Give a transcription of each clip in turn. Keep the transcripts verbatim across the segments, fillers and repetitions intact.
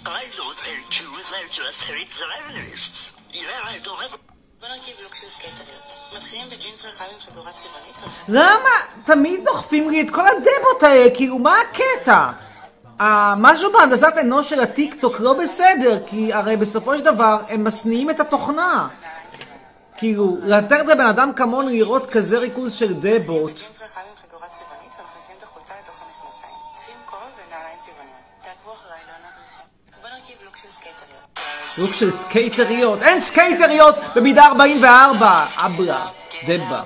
I don't hate Jews, I just hate Zionists. Yeah, I don't have... בוא נרכיב לוק של סקייטריות. מתחילים בג'ינס רחב עם חגורה צבעונית. למה? תמיד דוחפים לי את כל הדבות האלה, כאילו מה הקטע? משהו בהנדסת אנוש של הטיק טוק לא בסדר, כי הרי בסופו של דבר הם מסניעים את התוכנה. כאילו, לתת לבן אדם כמונו לראות כזה ריכוז של דבות. ג'ינס רחב עם חגורה צבעונית ומכניסים את החולצה לתוך המכנסיים. שים כובע ונעליים צבעוניות. תעקבו אחריי, לא נראה. בוא נרכיב לוק של סקייטריות. לוק של סקייטריות? אין סקייטריות במידה ארבעים וארבע! אבלה, דבה.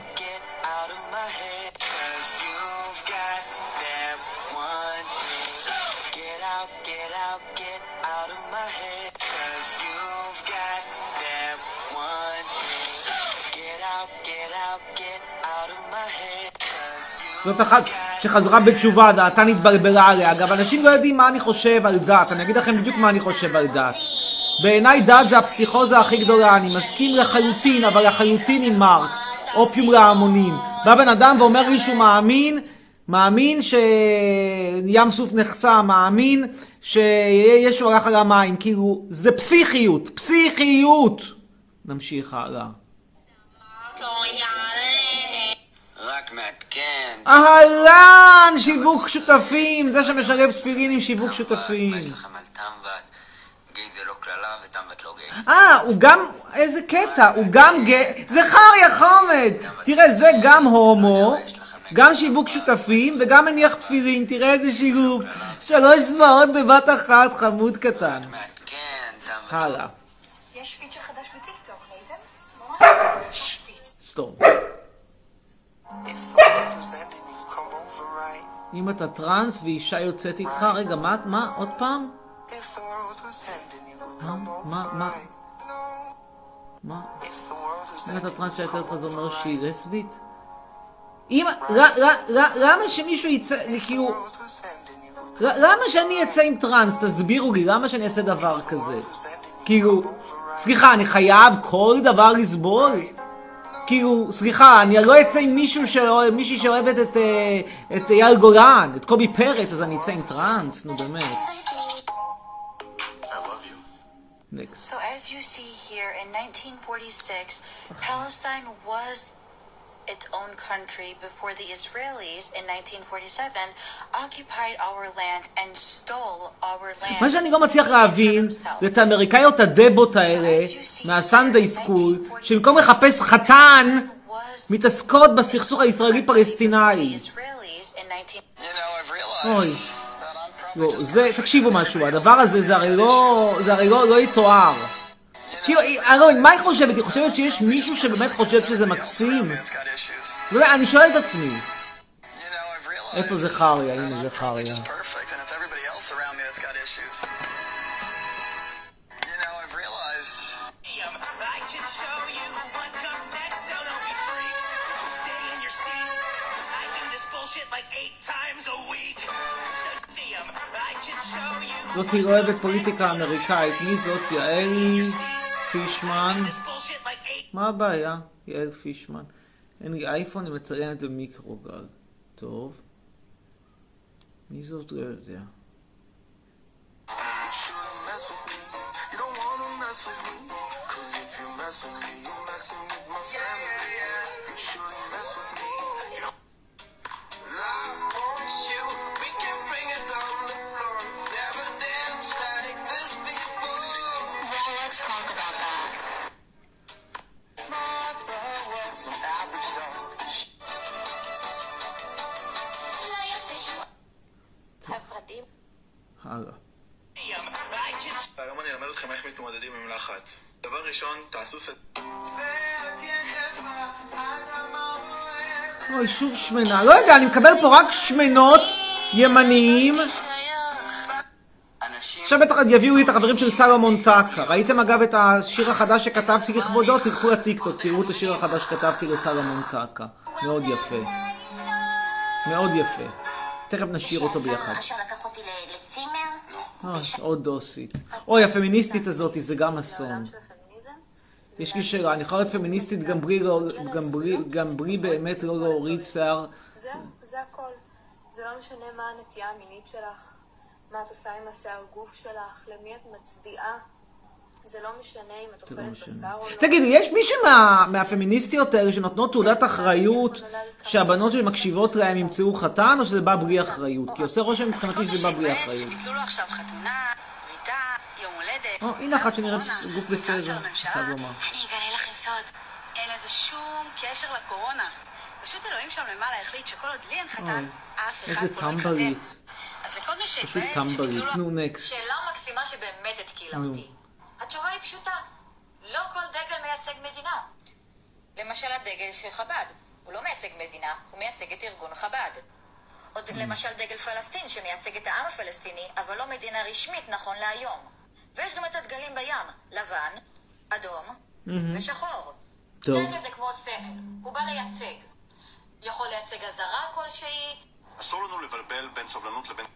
זאת אחת שחזרה בתשובה, דעתה נתבלבלה עליה. אגב, אנשים לא יודעים מה אני חושב על דת. אני אגיד לכם בדיוק מה אני חושב על דת. בעיניי דת זה הפסיכוזה הכי גדולה. אני מסכים לחלוטין, אבל לחלוטין עם מרקס. אופיום להמונים. בא בן אדם ואומר לי שהוא מאמין, מאמין שים סוף נחצה, מאמין שישו הלך על המים. כאילו, זה פסיכיות, פסיכיות. נמשיך הלאה. אהלן, שיווק שותפים, זה שמשלב תפילין עם שיווק שותפים. אה, הוא גם, איזה קטע, הוא גם גי, זה חריה חומד. תראה, זה גם הומו, גם שיווק שותפים וגם מניח תפילין, תראה איזה שיווק. שלוש זמאות בבת אחת, חמוד קטן. הלאה. יש פיצ'ר חדש בטיקטוק, ראיתם? סטופ. אם אתה טרנס ואישה יוצאת איתך, רגע, מה, מה, עוד פעם? מה, מה? מה? אם אתה טרנס שיוצאת איתך, זה אומר שהיא לסבית? אם, למה שמישהו יצא, כאילו, למה שאני אצא עם טרנס? תסבירו לי, למה שאני אעשה דבר כזה? כאילו, סליחה, אני חייב כל דבר לסבול? כאילו, סליחה, אני לא אצא עם מישהו שאוהב, מישהי שאוהבת את, את אייל גולן, את קובי פרץ, אז אני אצא עם טרנס, נו באמת. Next. So as you see here, in nineteen forty-six, Palestine was its own country before the Israelis in nineteen forty-seven occupied our land and stole our land. מה שאני לא מצליח להבין זה את האמריקאיות הדבות האלה מהסנדיי סקול שבמקום לחפש חתן מתעסקות בסכסוך הישראלי-פלסטיני. אוי, לא, זה, תקשיבו משהו, הדבר הזה זה הרי לא, זה הרי לא, לא יתואר. כאילו, מה היא חושבת? היא חושבת שיש מישהו שבאמת חושב שזה מקסים? אני שואל את עצמי. איפה זה חריה? הנה זה חריה. זאת היא לא אוהבת פוליטיקה אמריקאית. מי זאת? יעל פישמן. מה הבעיה? יעל פישמן. אין לי אייפון, היא מציינת במיקרוגל. טוב. מי זאת? לא יודע. הלאה. היום אני אלמד אתכם איך מתמודדים עם לחץ. דבר ראשון, תעשו סט... אוי, שוב שמנה. לא יודע, אני מקבל פה רק שמנות ימניים. עכשיו בטח יביאו לי את החברים של סלומון טקה. ראיתם אגב את השיר החדש שכתבתי לכבודו? תלכו לטיקטוק, תראו את השיר החדש שכתבתי לסלומון טקה. מאוד יפה. מאוד יפה. תכף נשאיר אותו ביחד. אוי, עוד דוסית. אוי, הפמיניסטית הזאת, זה גם אסון. יש לי שאלה, אני יכולה להיות פמיניסטית גם בלי באמת לא להוריד שיער. זהו, זה הכל. זה לא משנה מה הנטייה המינית שלך. מה את עושה עם השיער גוף שלך? למי את מצביעה? זה לא משנה אם את אוכלת בשר או לא. תגידי, יש מישהו מה, מהפמיניסטיות האלה שנותנות תעודת אחריות שהבנות שמקשיבות להם ימצאו חתן, או שזה בא בלי אחריות? כי עושה רושם מבחינתי שזה בא בלי אחריות. שביטלו לו עכשיו חתונה, בריתה, יום הולדת. או, הנה אחת שנראית גוף בסדר, חייב לומר. אני אגלה לכם סוד. אין לזה שום קשר לקורונה. פשוט אלוהים שם למעלה החליט שכל עוד לי אין חתן, אף אחד פה לא יתחתן. אז לכל מי שהתבאס שביטלו לו... שאלה מקסימה שבאמת התקילה אותי. התשובה היא פשוטה. לא כל דגל מייצג מדינה. למשל הדגל של חב"ד. הוא לא מייצג מדינה, הוא מייצג את ארגון חב"ד. או למשל דגל פלסטין שמייצג את העם הפלסטיני, אבל לא מדינה רשמית נכון להיום. ויש גם את הדגלים בים. לבן, אדום ושחור. דגל זה כמו סמל. הוא בא לייצג. יכול לייצג הזרה כלשהי. אסור לנו לבלבל בין סובלנות לבין...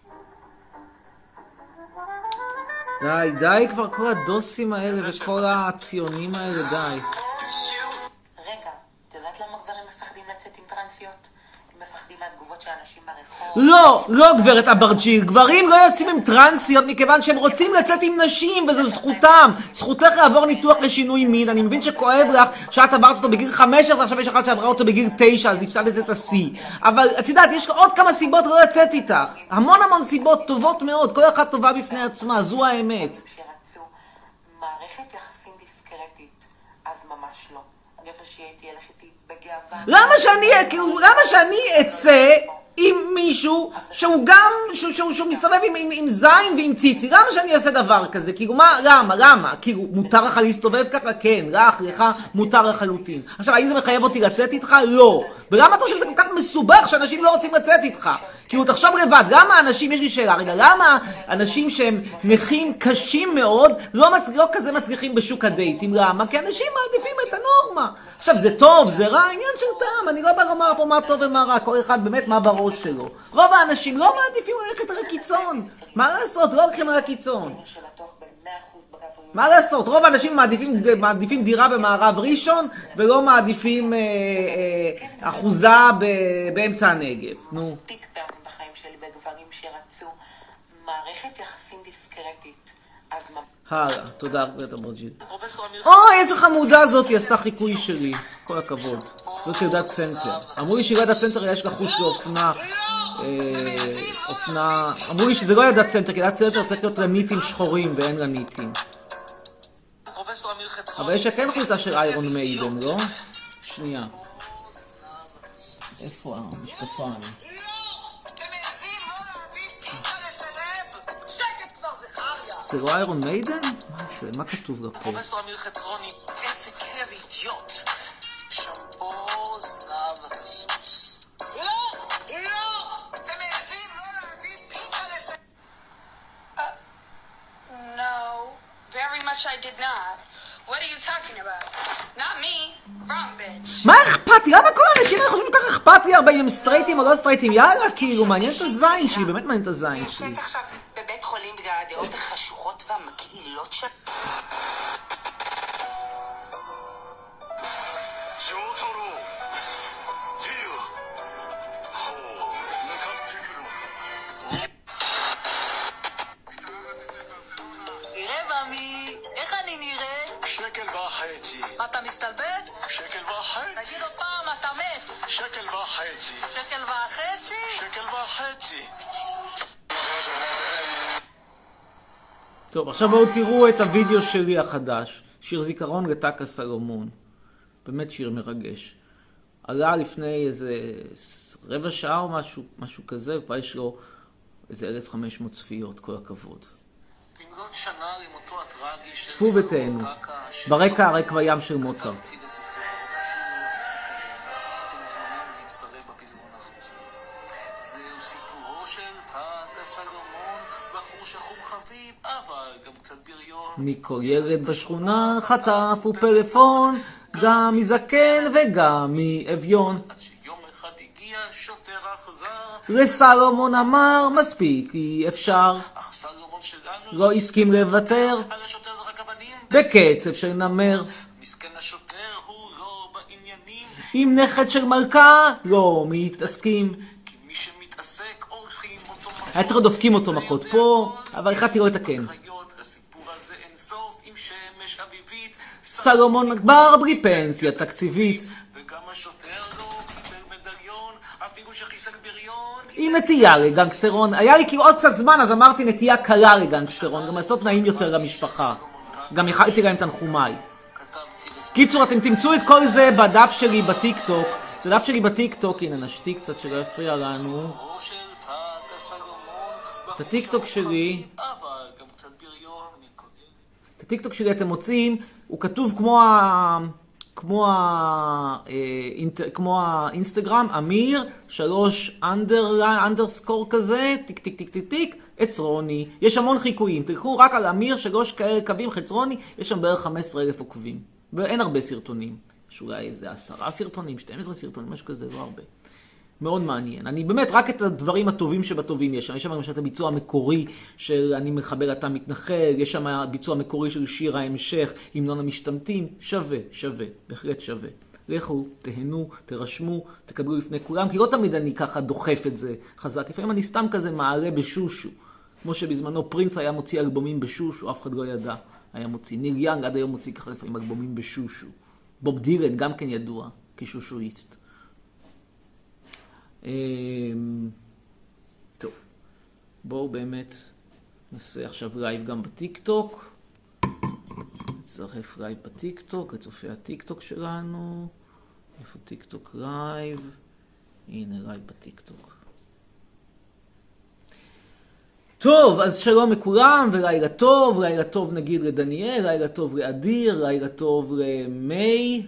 די, די כבר כל הדוסים האלה וכל הציונים האלה, די. רגע, את יודעת למה גברים מפחדים לצאת עם טרנסיות? הם מפחדים מהתגובות של אנשים ברחוב. לא, לא גברת אברג'יל, גברים לא יוצאים עם טרנסיות מכיוון שהם רוצים לצאת עם נשים וזו זכותם. זכותך לעבור ניתוח לשינוי מין, אני מבין שכואב לך שאת עברת אותו בגיל חמש עשרה, עכשיו יש אחת שעברה אותו בגיל תשע, אז הפסדת את השיא. אבל את יודעת, יש עוד כמה סיבות לא לצאת איתך. המון המון סיבות טובות מאוד, כל אחת טובה בפני עצמה, זו האמת. שרצו מערכת יחסים דיסקרטית, אז ממש לא. הגבר שהייתי ילך איתי בגאווה. למה שאני, כאילו, למה שאני אצא עם מישהו שהוא גם, שהוא, שהוא, שהוא מסתובב עם, עם, עם זין ועם ציצי? למה שאני אעשה דבר כזה? כאילו, מה, למה, למה? כאילו, מותר לך להסתובב ככה? כן, לך, לך, מותר לחלוטין. עכשיו, האם זה מחייב אותי לצאת איתך? לא. ולמה אתה חושב שזה כל כך מסובך שאנשים לא רוצים לצאת איתך? כאילו, תחשוב לבד, למה אנשים, יש לי שאלה, רגע, למה אנשים שהם נכים קשים מאוד, לא, מצ... לא כזה מצליחים בשוק הדייטים? למה? כי אנשים מעדיפים את הנורמה. עכשיו, זה טוב, זה רע, עניין של טעם, אני לא בא לומר פה מה טוב ומה רע, כל אחד באמת מה בראש שלו. רוב האנשים לא מעדיפים ללכת לקיצון. מה לעשות? לא הולכים לקיצון. מה לעשות? רוב האנשים מעדיפים, מעדיפים דירה במערב ראשון, ולא מעדיפים אה, אה, אחוזה ב, באמצע הנגב. נו. פיק פעמים בחיים שלי בגברים שרצו מערכת יחסים דיסקרטית. אז מה... הלאה, תודה גברת אברג'יל. אוי, איזה חמודה זאת, היא עשתה חיקוי שלי. כל הכבוד. זאת ילדת סנטר. אמרו לי שילדת סנטר יש לה חוש לאופנה. אופנה... אמרו לי שזה לא ילדת סנטר, כי ילדת סנטר צריך להיות לניטים שחורים ואין לניטים. אבל יש שכן חולצה של איירון מיידן, לא? שנייה. איפה המשקפיים? זה לא איירון מיידן? מה זה? מה כתוב לה פה? פרופסור אמיר חצרוני, איזה כיף אידיוט. שמפו זנב הסוס. לא! לא! אתם מעזים לא להביא פיתה לזה? No, very much I did not. What are you talking about? Not me. Wrong bitch. מה אכפת לי? למה כל האנשים האלה חושבים כל כך אכפת לי הרבה אם הם סטרייטים או לא סטרייטים? יאללה, כאילו, מעניין את הזין שלי, באמת מעניין את הזין שלי. נמצאת עכשיו בבית חולים בגלל הדעות החשוכות והמגעילות של... תראה ממי, איך אני נראה? שקל וחצי. מה אתה מסתלבט? שקל וחצי. תגיד עוד פעם, אתה מת. שקל וחצי. שקל וחצי? שקל וחצי. טוב, עכשיו בואו תראו את הוידאו שלי החדש. שיר זיכרון לטקה סלומון. באמת שיר מרגש. עלה לפני איזה רבע שעה או משהו, משהו כזה, וכבר יש לו איזה אלף וחמש מאות צפיות, כל הכבוד. במלאת שנה למותו הטרגי של צפו ותהנו. ברקע הרקע ים של מוצרט. זהו סיפורו של טקה סלומון, בחור שחום חביב, אבל גם קצת בריון. מכל ילד בשכונה חטף ופלאפון, גם מזקן וגם מאביון. עד שיום אחד הגיע שוטר אכזר, לסלומון אמר מספיק אי אפשר, אך סלומון שלנו לא הסכים לוותר, על השוטר זרק אבנים, בקצב של נמר. מסכן השוטר הוא לא בעניינים, עם נכד של מלכה לא מתעסקים. כי מי שמתעסק עורכים אותו היה צריך דופקים אותו מכות פה, אבל החלטתי לא לתקן. סלומון בר בלי פנסיה תקציבית. וגם השוטר לא קיבל מדליון, אפילו שחיסק בריון. עם נטייה לגנגסטרון. היה לי כאילו עוד קצת זמן, אז אמרתי נטייה קלה לגנגסטרון, גם לעשות נעים יותר למשפחה. גם יכלתי להם תנחומיי. קיצור, אתם תמצאו את כל זה בדף שלי בטיקטוק. זה דף שלי בטיקטוק, הנה נשתיק קצת שלא יפריע לנו. את הטיקטוק שלי, את הטיקטוק שלי אתם מוצאים, הוא כתוב כמו ה... כמו ה... כמו האינסטגרם, אמיר, שלוש אנדר, אנדרסקור כזה, טיק טיק טיק טיק טיק, עצרוני. יש המון חיקויים, תלכו רק על אמיר, שלוש כאלה קווים, חצרוני, יש שם בערך חמישה עשר אלף עוקבים. ואין הרבה סרטונים. יש אולי איזה עשרה סרטונים, שתים עשרה סרטונים, משהו כזה, לא הרבה. מאוד מעניין. אני באמת, רק את הדברים הטובים שבטובים יש שם. יש שם למשל את הביצוע המקורי של אני מחבר אתה מתנחל, יש שם ביצוע המקורי של שיר ההמשך, המנון המשתמטים, שווה, שווה, בהחלט שווה. לכו, תהנו, תרשמו, תקבלו לפני כולם, כי לא תמיד אני ככה דוחף את זה חזק. לפעמים אני סתם כזה מעלה בשושו. כמו שבזמנו פרינס היה מוציא אלבומים בשושו, אף אחד לא ידע. היה מוציא. ניל יאנג עד היום מוציא ככה לפעמים אלבומים בשושו. בוב דילן גם כן ידוע כשושואיסט. טוב, בואו באמת נעשה עכשיו לייב גם בטיקטוק. נצטרף לייב בטיקטוק, לצופי הטיקטוק שלנו. איפה טיקטוק לייב? הנה לייב בטיקטוק. טוב, אז שלום לכולם ולילה טוב, לילה טוב נגיד לדניאל, לילה טוב לאדיר, לילה טוב למי,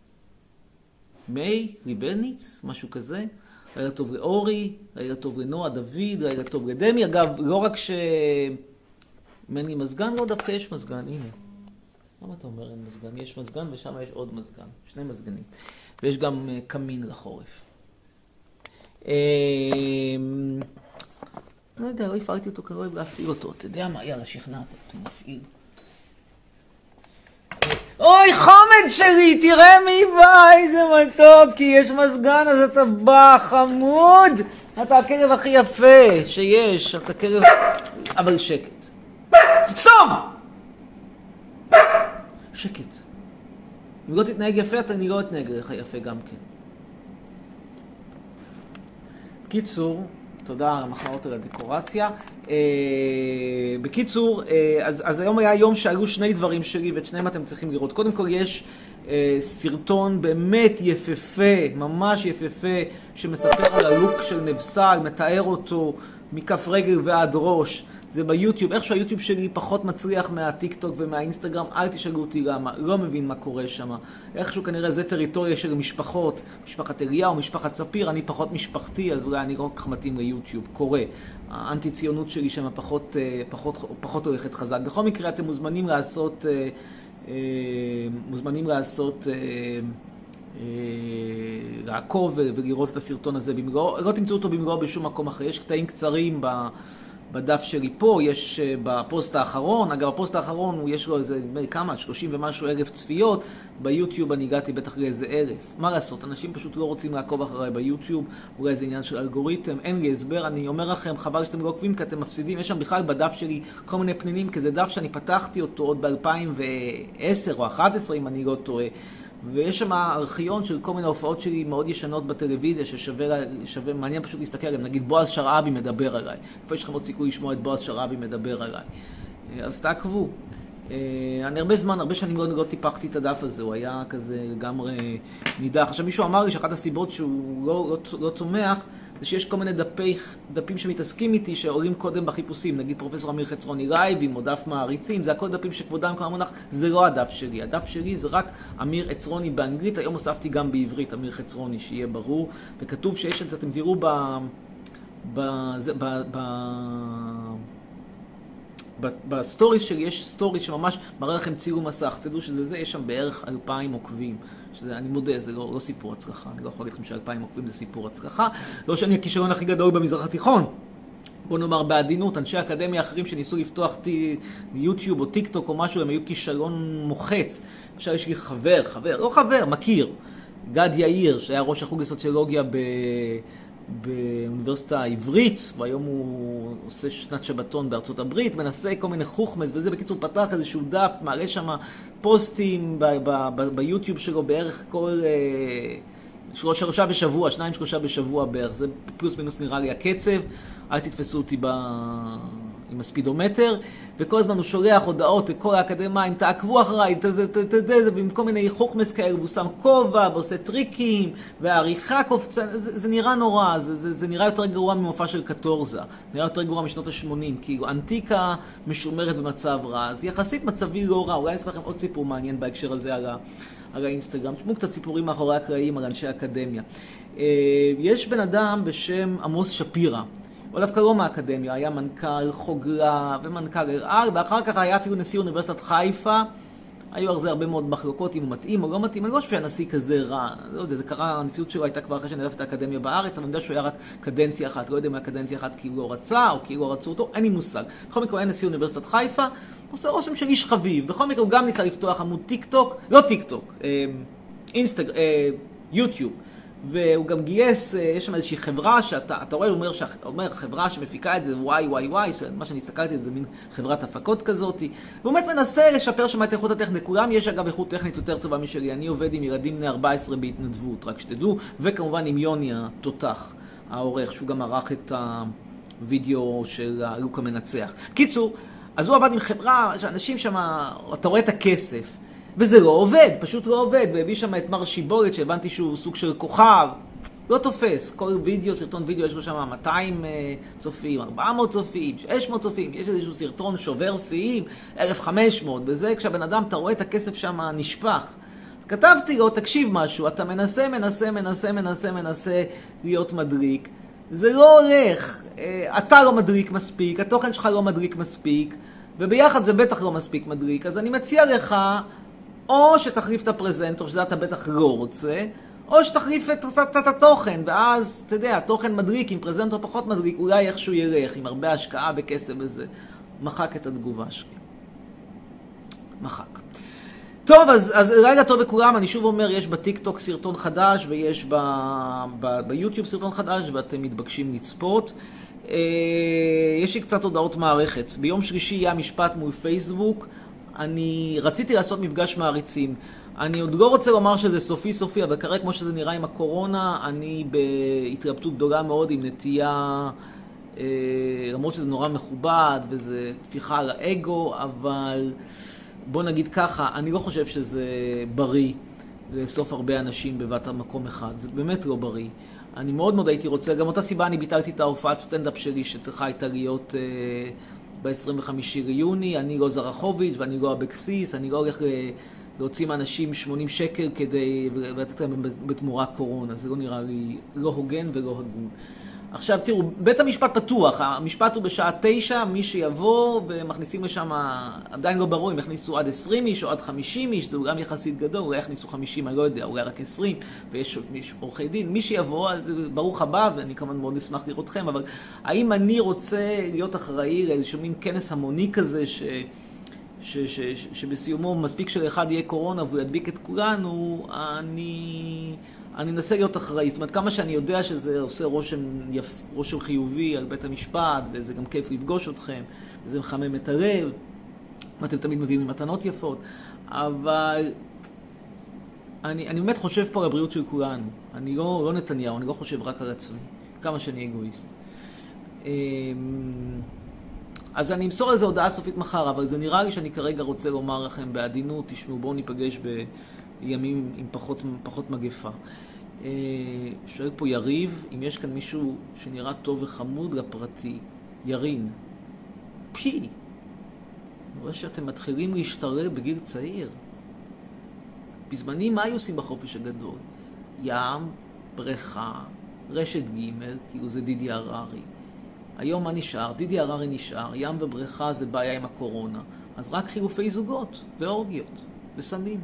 מי, ליבניץ, משהו כזה. לילה טוב לאורי, לילה טוב לנועה, דוד, לילה טוב לדמי. אגב, לא רק ש... אין לי מזגן, לא דווקא יש מזגן, הנה. למה אתה אומר אין מזגן? יש מזגן ושם יש עוד מזגן, שני מזגנים. ויש גם uh, קמין לחורף. Uh, לא יודע, לא הפעלתי אותו, כי לא אוהב להפעיל אותו. אתה יודע מה? יאללה, שכנעת אותו, מפעיל. אוי, חומד שלי, תראה מי בא, איזה מתוק, כי יש מזגן, אז אתה בא, חמוד. אתה הכלב הכי יפה שיש, אתה כלב... אבל שקט. סתום! שקט. אם לא תתנהג יפה, אתה אני לא אתנהג לך יפה גם כן. בקיצור, תודה על המחמאות על הדקורציה. אה, בקיצור, אה, אז, אז היום היה יום שעלו שני דברים שלי, ואת שניהם אתם צריכים לראות. קודם כל יש אה, סרטון באמת יפהפה, ממש יפהפה, שמספר על הלוק של נבסל, מתאר אותו מכף רגל ועד ראש. זה ביוטיוב. איך שהיוטיוב שלי פחות מצליח מהטיקטוק ומהאינסטגרם, אל תשאלו אותי למה, לא מבין מה קורה שם. איכשהו כנראה זה טריטוריה של משפחות, משפחת אליהו, משפחת ספיר, אני פחות משפחתי, אז אולי אני לא כך מתאים ליוטיוב, קורה. האנטי-ציונות שלי שם פחות, פחות, פחות הולכת חזק. בכל מקרה אתם מוזמנים לעשות, מוזמנים לעשות, לעקוב ולראות את הסרטון הזה במלואו. לא תמצאו אותו במלואו בשום מקום אחר, יש קטעים קצרים ב... בדף שלי פה, יש בפוסט האחרון, אגב הפוסט האחרון הוא יש לו איזה כמה, שלושים ומשהו אלף צפיות, ביוטיוב אני הגעתי בטח לאיזה אלף. מה לעשות? אנשים פשוט לא רוצים לעקוב אחריי ביוטיוב, אולי זה עניין של אלגוריתם, אין לי הסבר, אני אומר לכם, חבל שאתם לא עוקבים כי אתם מפסידים, יש שם בכלל בדף שלי כל מיני פנינים, כי זה דף שאני פתחתי אותו עוד ב-אלפיים ועשר או אחת עשרה אם אני לא טועה. ויש שם ארכיון של כל מיני הופעות שלי מאוד ישנות בטלוויזיה ששווה, שווה, מעניין פשוט להסתכל עליהם. נגיד בועז שרעבי מדבר עליי. איפה יש לכם עוד סיכוי לשמוע את בועז שרעבי מדבר עליי? אז תעקבו. אני הרבה זמן, הרבה שנים לא, לא טיפחתי את הדף הזה, הוא היה כזה לגמרי נידח. עכשיו מישהו אמר לי שאחת הסיבות שהוא לא, לא, לא צומח, זה שיש כל מיני דפי, דפים שמתעסקים איתי שעולים קודם בחיפושים, נגיד פרופסור אמיר חצרוני לייבים או דף מעריצים, זה הכל דפים שכבודם כל המונח, זה לא הדף שלי. הדף שלי זה רק אמיר חצרוני באנגלית, היום הוספתי גם בעברית אמיר חצרוני, שיהיה ברור, וכתוב שיש את זה, אתם תראו ב... ב... זה, ב... ב... בסטוריס שלי יש סטוריס שממש מראה לכם צילום מסך, תדעו שזה זה, יש שם בערך אלפיים עוקבים, שזה, אני מודה, זה לא, לא סיפור הצלחה, אני לא יכול להגיד לכם שאלפיים עוקבים זה סיפור הצלחה, לא שאני הכישרון הכי גדול במזרח התיכון, בוא נאמר בעדינות, אנשי אקדמיה אחרים שניסו לפתוח טי, יוטיוב או טיק טוק או משהו, הם היו כישרון מוחץ, עכשיו יש לי חבר, חבר, לא חבר, מכיר, גד יאיר, שהיה ראש החוג לסוציולוגיה ב... באוניברסיטה העברית, והיום הוא עושה שנת שבתון בארצות הברית, מנסה כל מיני חוכמס וזה. בקיצור, פתח איזשהו דף, מעלה שם פוסטים ב- ב- ב- ביוטיוב שלו בערך כל שלושה בשבוע, שניים שלושה בשבוע בערך. זה פלוס מינוס נראה לי הקצב. אל תתפסו אותי ב... עם הספידומטר, וכל הזמן הוא שולח הודעות לכל האקדמיים, תעקבו אחריי, זה במקום מיני חוכמס כאלה, והוא שם כובע, ועושה טריקים, והעריכה קופצה, זה, זה נראה נורא, זה, זה, זה נראה יותר גרוע ממופע של קטורזה, נראה יותר גרוע משנות ה-שמונים, כאילו אנטיקה משומרת במצב רע, אז יחסית מצבי לא רע. אולי נספר לכם עוד סיפור מעניין בהקשר הזה על, ה, על האינסטגרם, תשמעו קצת סיפורים מאחורי הקלעים על אנשי אקדמיה. יש בן אדם בשם עמוס שפירא, הוא דווקא לא מהאקדמיה, היה מנכ"ל חוגלה ומנכ"ל אל-על, ואחר כך היה אפילו נשיא אוניברסיטת חיפה. היו על זה הרבה מאוד מחלוקות אם הוא מתאים או לא מתאים. אני לא חושב שהנשיא כזה רע, לא יודע, זה קרה, הנשיאות שלו הייתה כבר אחרי שנדף את האקדמיה בארץ, אבל אני יודע שהוא היה רק קדנציה אחת, לא יודע מה קדנציה אחת כי הוא לא רצה או כי לא רצו אותו, אין לי מושג. בכל מקרה הוא היה נשיא אוניברסיטת חיפה, עושה רושם של איש חביב. בכל מקרה הוא גם ניסה לפתוח עמוד טיק טוק, לא טיק טוק, אינסטג, יוטיוב. והוא גם גייס, יש שם איזושהי חברה שאתה, אתה רואה, הוא אומר, אומר, חברה שמפיקה את זה, וואי, וואי, וואי, מה שאני הסתכלתי, זה מין חברת הפקות כזאת. והוא באמת מנסה לשפר שם את איכות הטכנית. לכולם יש אגב איכות טכנית יותר טובה משלי. אני עובד עם ילדים בני ארבע עשרה בהתנדבות, רק שתדעו, וכמובן עם יוני התותח, העורך, שהוא גם ערך את הווידאו של הלוק המנצח. קיצור, אז הוא עבד עם חברה, שאנשים שם, אתה רואה את הכסף. וזה לא עובד, פשוט לא עובד, והביא שם את מר שיבולת שהבנתי שהוא סוג של כוכב, לא תופס. כל וידאו, סרטון וידאו, יש לו שם מאתיים צופים, ארבע מאות צופים, שש מאות צופים, יש איזשהו סרטון שובר שיאים, אלף וחמש מאות, וזה כשהבן אדם, אתה רואה את הכסף שם נשפך. אז כתבתי לו, תקשיב משהו, אתה מנסה, מנסה, מנסה, מנסה, מנסה להיות מדריק, זה לא הולך, אתה לא מדריק מספיק, התוכן שלך לא מדריק מספיק, וביחד זה בטח לא מספיק מדריק, אז אני מציע לך, או שתחליף את הפרזנטור, שזה אתה בטח לא רוצה, או שתחליף את, את, את התוכן, ואז, אתה יודע, התוכן מדריק, עם פרזנטור פחות מדריק, אולי איכשהו ילך, עם הרבה השקעה בכסף וזה. מחק את התגובה שלי. מחק. טוב, אז, אז רגע טוב לכולם, אני שוב אומר, יש בטיק-טוק סרטון חדש, ויש ב, ב, ביוטיוב סרטון חדש, ואתם מתבקשים לצפות. יש לי קצת הודעות מערכת. ביום שלישי יהיה המשפט מול פייסבוק, אני רציתי לעשות מפגש מעריצים. אני עוד לא רוצה לומר שזה סופי סופי, אבל כרגע כמו שזה נראה עם הקורונה, אני בהתלבטות גדולה מאוד עם נטייה, אה, למרות שזה נורא מכובד וזה תפיחה על האגו, אבל בוא נגיד ככה, אני לא חושב שזה בריא לאסוף הרבה אנשים בבת המקום אחד. זה באמת לא בריא. אני מאוד מאוד הייתי רוצה, גם אותה סיבה אני ביטלתי את ההופעת סטנדאפ שלי שצריכה הייתה להיות... אה, ב-עשרים וחמישה ליוני, אני לא זרחוביץ' ואני לא אבקסיס, אני לא הולך להוציא מאנשים שמונים שקל כדי לתת להם בתמורה קורונה. זה לא נראה לי לא הוגן ולא הגון. עכשיו תראו, בית המשפט פתוח, המשפט הוא בשעה תשע, מי שיבוא ומכניסים לשם, עדיין לא ברור אם יכניסו עד עשרים איש או עד חמישים איש, זה גם יחסית גדול, אולי יכניסו חמישים, אני לא יודע, אולי רק עשרים, ויש עורכי דין. מי שיבוא, ברוך הבא, ואני כמובן מאוד נשמח לראות אתכם, אבל האם אני רוצה להיות אחראי לאיזשהו מין כנס המוני כזה, ש... ש... ש... ש... שבסיומו מספיק שלאחד יהיה קורונה והוא ידביק את כולנו, אני... אני אנסה להיות אחראי. זאת אומרת, כמה שאני יודע שזה עושה רושם, יפ... רושם חיובי על בית המשפט, וזה גם כיף לפגוש אתכם, וזה מחמם את הלב, ואתם תמיד מביאים מתנות יפות, אבל אני, אני באמת חושב פה על הבריאות של כולנו. אני לא, לא נתניהו, אני לא חושב רק על עצמי, כמה שאני אגואיסט. אז אני אמסור איזו הודעה סופית מחר, אבל זה נראה לי שאני כרגע רוצה לומר לכם בעדינות, תשמעו, בואו ניפגש בימים עם פחות, פחות מגפה. שואל פה יריב, אם יש כאן מישהו שנראה טוב וחמוד לפרטי, ירין. פי, אני רואה שאתם מתחילים להשתרר בגיל צעיר. בזמנים מה היו עושים בחופש הגדול? ים, בריכה, רשת ג', כאילו זה דידי הררי. היום מה נשאר? דידי הררי נשאר, ים ובריכה זה בעיה עם הקורונה. אז רק חילופי זוגות ואורגיות וסמים.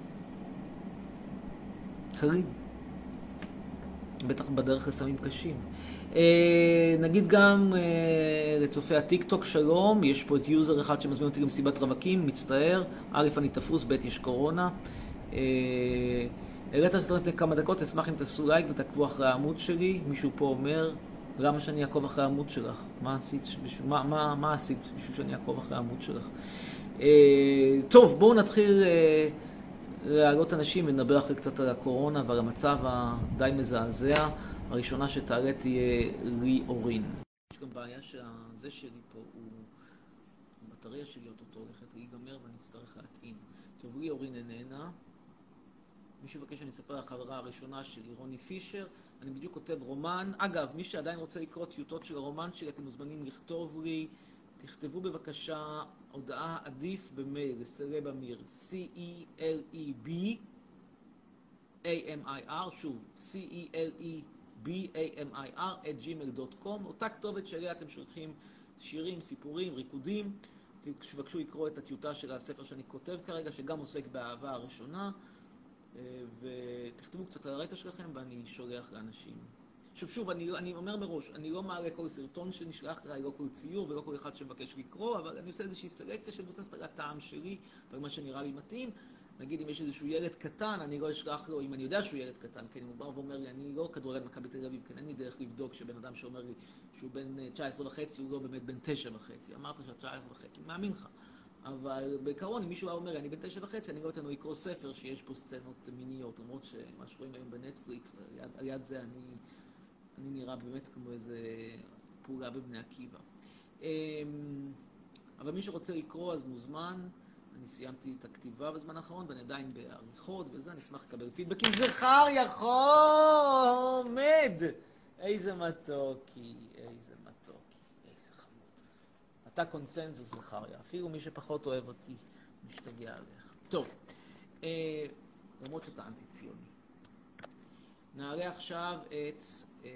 חרים. בטח בדרך לסמים קשים. אה, נגיד גם אה, לצופי הטיק-טוק שלום, יש פה את יוזר אחד שמזמין אותי למסיבת רווקים, מצטער. א', אני תפוס, ב', יש קורונה. אה, העלית הסרטון לפני כמה דקות, אשמח אם תעשו לייק ותעקבו אחרי העמוד שלי. מישהו פה אומר, למה שאני אעקוב אחרי העמוד שלך? מה עשית, מה, מה, מה עשית בשביל שאני אעקוב אחרי העמוד שלך? אה, טוב, בואו נתחיל אה, להעלות אנשים ונדבר אחרי קצת על הקורונה ועל המצב הדי מזעזע. הראשונה שתעלה תהיה לי אורין. יש גם בעיה שזה שלי פה, הוא... הבטריה שלי אותו הולכת להיגמר ואני אצטרך להתאים. טוב, לי אורין איננה. מישהו מבקש שאני אספר על החברה הראשונה שלי, רוני פישר. אני בדיוק כותב רומן. אגב, מי שעדיין רוצה לקרוא טיוטות של הרומן שלי, אתם מוזמנים לכתוב לי. תכתבו בבקשה הודעה עדיף במייל לסלב אמיר, C-E-L-E-B A-M-I-R, שוב, C-E-L-E-B-A-M-I-R at gmail dot com. אותה כתובת שאליה אתם שולחים שירים, סיפורים, ריקודים. תבקשו לקרוא את הטיוטה של הספר שאני כותב כרגע, שגם עוסק באהבה הראשונה. ותכתבו קצת על הרקע שלכם ואני שולח לאנשים. שוב, שוב, אני, אני אומר מראש, אני לא מעלה כל סרטון שנשלח אליי, לא כל ציור ולא כל אחד שמבקש לקרוא, אבל אני עושה איזושהי סלקציה שמבוססת על הטעם שלי ועל מה שנראה לי מתאים. נגיד, אם יש איזשהו ילד קטן, אני לא אשלח לו, אם אני יודע שהוא ילד קטן, כן, אם הוא בא ואומר לי, אני לא כדורגל מכבי תל אביב, כן, אין לי דרך לבדוק שבן אדם שאומר לי שהוא בן תשע עשרה וחצי, הוא לא באמת בן תשע וחצי. אמרת שאת תשע עשרה וחצי, מאמין לך. אבל בעיקרון, אם מישהו אומר, אני בן תשע וחצי, אני לא אתן לו לקרוא ספר שיש פה סצנות מיניות, למרות שמה שרואים היום בנטפליקס, על יד זה אני, אני נראה באמת כמו איזה פעולה בבני עקיבא. אבל מי שרוצה לקרוא אז מוזמן, אני סיימתי את הכתיבה בזמן האחרון, ואני עדיין בעריכות וזה, אני אשמח לקבל פידבקים. זכריה חומד! איזה מתוקי, איזה מתוקי, איזה חמוד. אתה קונסנזוס זכריה, אפילו מי שפחות אוהב אותי, משתגע עליך. טוב, אה, למרות שאתה אנטי-ציוני. נעלה עכשיו את אה,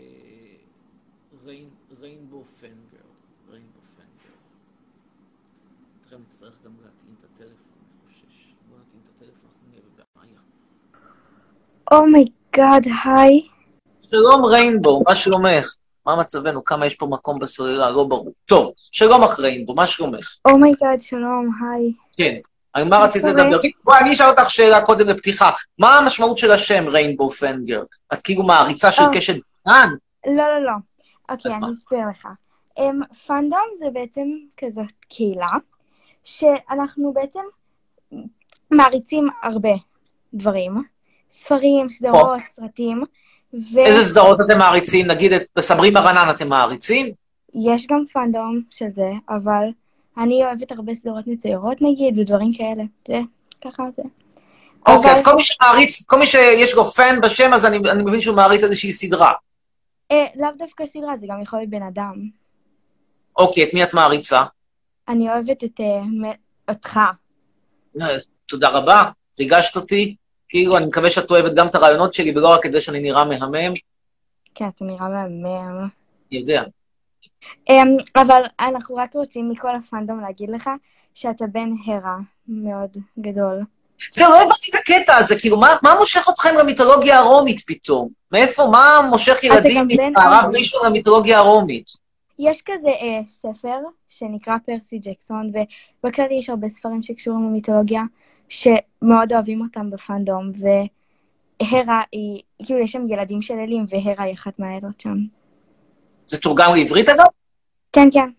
ריין, ריינבו פנגר. ריינבו פנגר. תכף נצטרך גם להטעין את הטלפון, אני חושש. בוא נטעין את הטלפון, אנחנו נהיה בבעיה. אומייגאד, היי. שלום ריינבו, מה שלומך? מה מצבנו? כמה יש פה מקום בסוללה? לא ברור. טוב, שלום לך ריינבו, מה שלומך? אומייגאד, שלום, היי. כן, מה רצית לדבר? בואי, אני אשאל אותך שאלה קודם לפתיחה. מה המשמעות של השם ריינבו פנגר? את כאילו מעריצה של קשת בנן? לא, לא, לא. אוקיי, אני אסביר לך. פאנדום זה בעצם כזאת קהילה, שאנחנו בעצם מעריצים הרבה דברים. ספרים, סדרות, סרטים. איזה סדרות אתם מעריצים? נגיד את סברי ברנן אתם מעריצים? יש גם פאנדום של זה, אבל אני אוהבת הרבה סדרות מצוירות נגיד, ודברים כאלה. זה, ככה זה. אוקיי, אז כל מי שמעריץ, כל מי שיש לו פן בשם, אז אני מבין שהוא מעריץ איזושהי סדרה. לאו דווקא סדרה, זה גם יכול להיות בן אדם. אוקיי, את מי את מעריצה? אני אוהבת את אותך. תודה רבה, ריגשת אותי. כאילו, אני מקווה שאת אוהבת גם את הרעיונות שלי, ולא רק את זה שאני נראה מהמם. כן, אתה נראה מהמם. אני יודע. אבל אנחנו רק רוצים מכל הפאנדום להגיד לך שאתה בן הרע מאוד גדול. זהו, לא הבנתי את הקטע הזה, כאילו, מה מושך אתכם למיתולוגיה הרומית פתאום? מאיפה, מה מושך ילדים מהרב ראשון למיתולוגיה הרומית? יש כזה ספר שנקרא פרסי ג'קסון, ובכללי יש הרבה ספרים שקשורים למיתולוגיה, שמאוד אוהבים אותם בפאנדום, והרה היא, כאילו יש שם ילדים של אלים, והרה היא אחת מהאלות שם. זה תורגם לעברית אגב? כן, כן.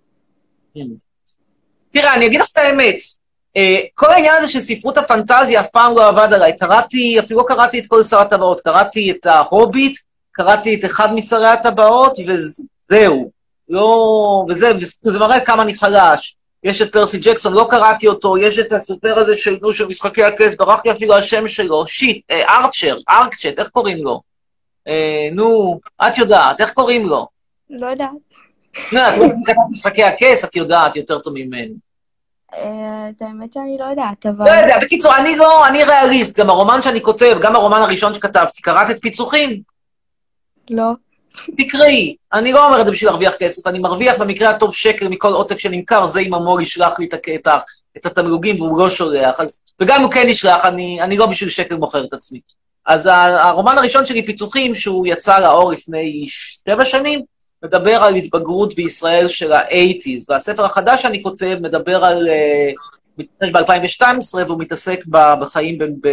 תראה, אני אגיד לך את האמת, כל העניין הזה של ספרות הפנטזיה אף פעם לא עבד עליי, קראתי, אפילו לא קראתי את כל שרי הטבעות, קראתי את ההוביט, קראתי את אחד משרי הטבעות, וזהו, לא, וזה, וזה מראה כמה אני חלש. יש את פרסי ג'קסון, לא קראתי אותו, יש את הסופר הזה של, נו, של משחקי הכס, ברחתי אפילו השם שלו, שיט, ארצ'ר, ארקצ'ט, איך קוראים לו? נו, את יודעת, איך קוראים לו? לא יודעת. נו, את לא יודעת משחקי הכס, את יודעת יותר טוב ממנו. את האמת שאני לא יודעת, אבל... לא יודע, בקיצור, אני לא, אני ריאליסט, גם הרומן שאני כותב, גם הרומן הראשון שכתבתי, קראת את פיצוחים? לא. תקראי, אני לא אומר את זה בשביל להרוויח כסף, אני מרוויח במקרה הטוב שקל מכל עותק שנמכר, זה אם המור ישלח לי את, את התמלוגים והוא לא שולח, אז, וגם אם הוא כן ישלח, אני, אני לא בשביל שקל מוכר את עצמי. אז הרומן הראשון שלי, פיצוחים, שהוא יצא לאור לפני שבע שנים, מדבר על התבגרות בישראל של ה-שמונים, והספר החדש שאני כותב מדבר על uh, מתרחש ב-אלפיים ושתים עשרה, והוא מתעסק בחיים,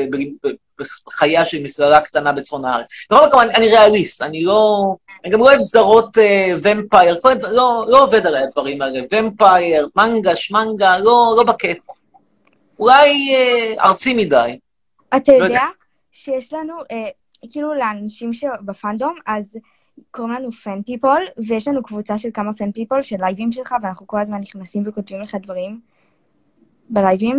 בחייה של מכללה קטנה בצפון הארץ. בכל מקום, אני ריאליסט, אני לא... אני גם לא אוהב סדרות ומפייר, לא עובד עליי הדברים האלה, ומפייר, מנגה, שמנגה, לא בקטע. אולי ארצי מדי. אתה יודע שיש לנו, כאילו לאנשים שבפנדום, אז קוראים לנו פן פיפול, ויש לנו קבוצה של כמה פן פיפול של לייבים שלך, ואנחנו כל הזמן נכנסים וכותבים לך דברים בלייבים.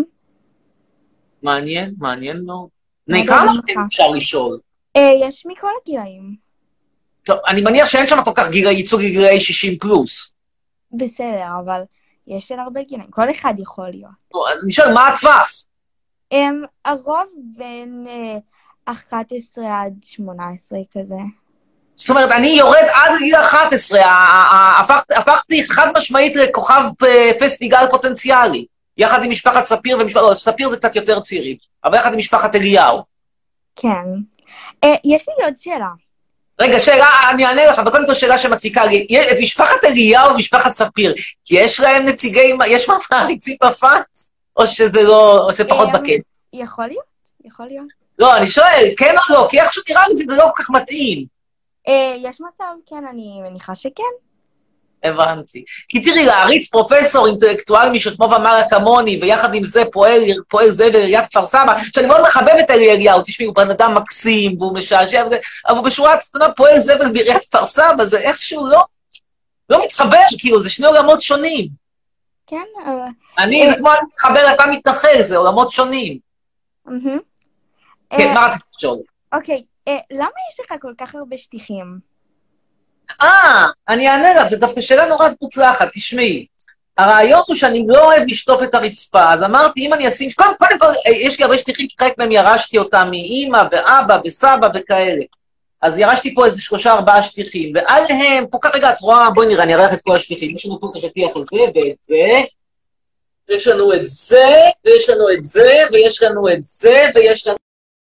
מעניין, מעניין מאוד. כמה אתם אפשר לשאול? יש מכל הגילאים. טוב, אני מניח שאין שם כל כך ייצוג גילאי שישים פלוס. בסדר, אבל יש של הרבה גילאים, כל אחד יכול להיות. אני שואל, מה הטווח? הרוב בין אחת עשרה עד שמונה עשרה כזה. זאת אומרת, אני יורד עד גיל אחת עשרה, הפכתי חד משמעית לכוכב פסטיגל פוטנציאלי, יחד עם משפחת ספיר, לא, ספיר זה קצת יותר צעירי, אבל יחד עם משפחת אליהו. כן. יש לי עוד שאלה. רגע, שאלה, אני אענה לך, אבל קודם כל שאלה שמציקה לי, משפחת אליהו ומשפחת ספיר, יש להם נציגי, יש מעריצים בפאנס? או שזה לא, או שזה פחות בקט? יכול להיות, יכול להיות. לא, אני שואל, כן או לא? כי איכשהו נראה לי שזה לא כל כך מתאים. יש מצב, כן, אני מניחה שכן. הבנתי. כי תראי, להריץ פרופסור אינטלקטואל מששמו ומעלה כמוני, ויחד עם זה פועל, פועל זה בעיריית כפר סבא, שאני מאוד מחבב את אלי אליהו, תשמעי, הוא בן אדם מקסים, והוא משעשע, אבל הוא בשורה התחתונה פועל זבל בעיריית כפר סבא, זה איכשהו לא, לא מתחבר, כאילו, זה שני עולמות שונים. כן. אני, זה כמו אני מתחבר, אתה מתנחל, זה עולמות שונים. כן, מה רציתי לשאול? אוקיי, למה יש לך כל כך הרבה שטיחים? אה, אני אענה לך, זו דווקא שאלה נורא מוצלחת, תשמעי. הרעיון הוא שאני לא אוהב לשטוף את הרצפה, אז אמרתי, אם אני אשים... קודם, קודם כל, יש לי הרבה שטיחים, כי חלק מהם ירשתי אותם מאמא ואבא וסבא וכאלה. אז ירשתי פה איזה שלושה ארבעה שטיחים, ועליהם, פה כרגע את רואה, בואי נראה, אני אראה לך את כל השטיחים. יש לנו פה את השטיח הזה ואת זה, ויש לנו את זה, ויש לנו את זה, ויש לנו את זה, ויש לנו...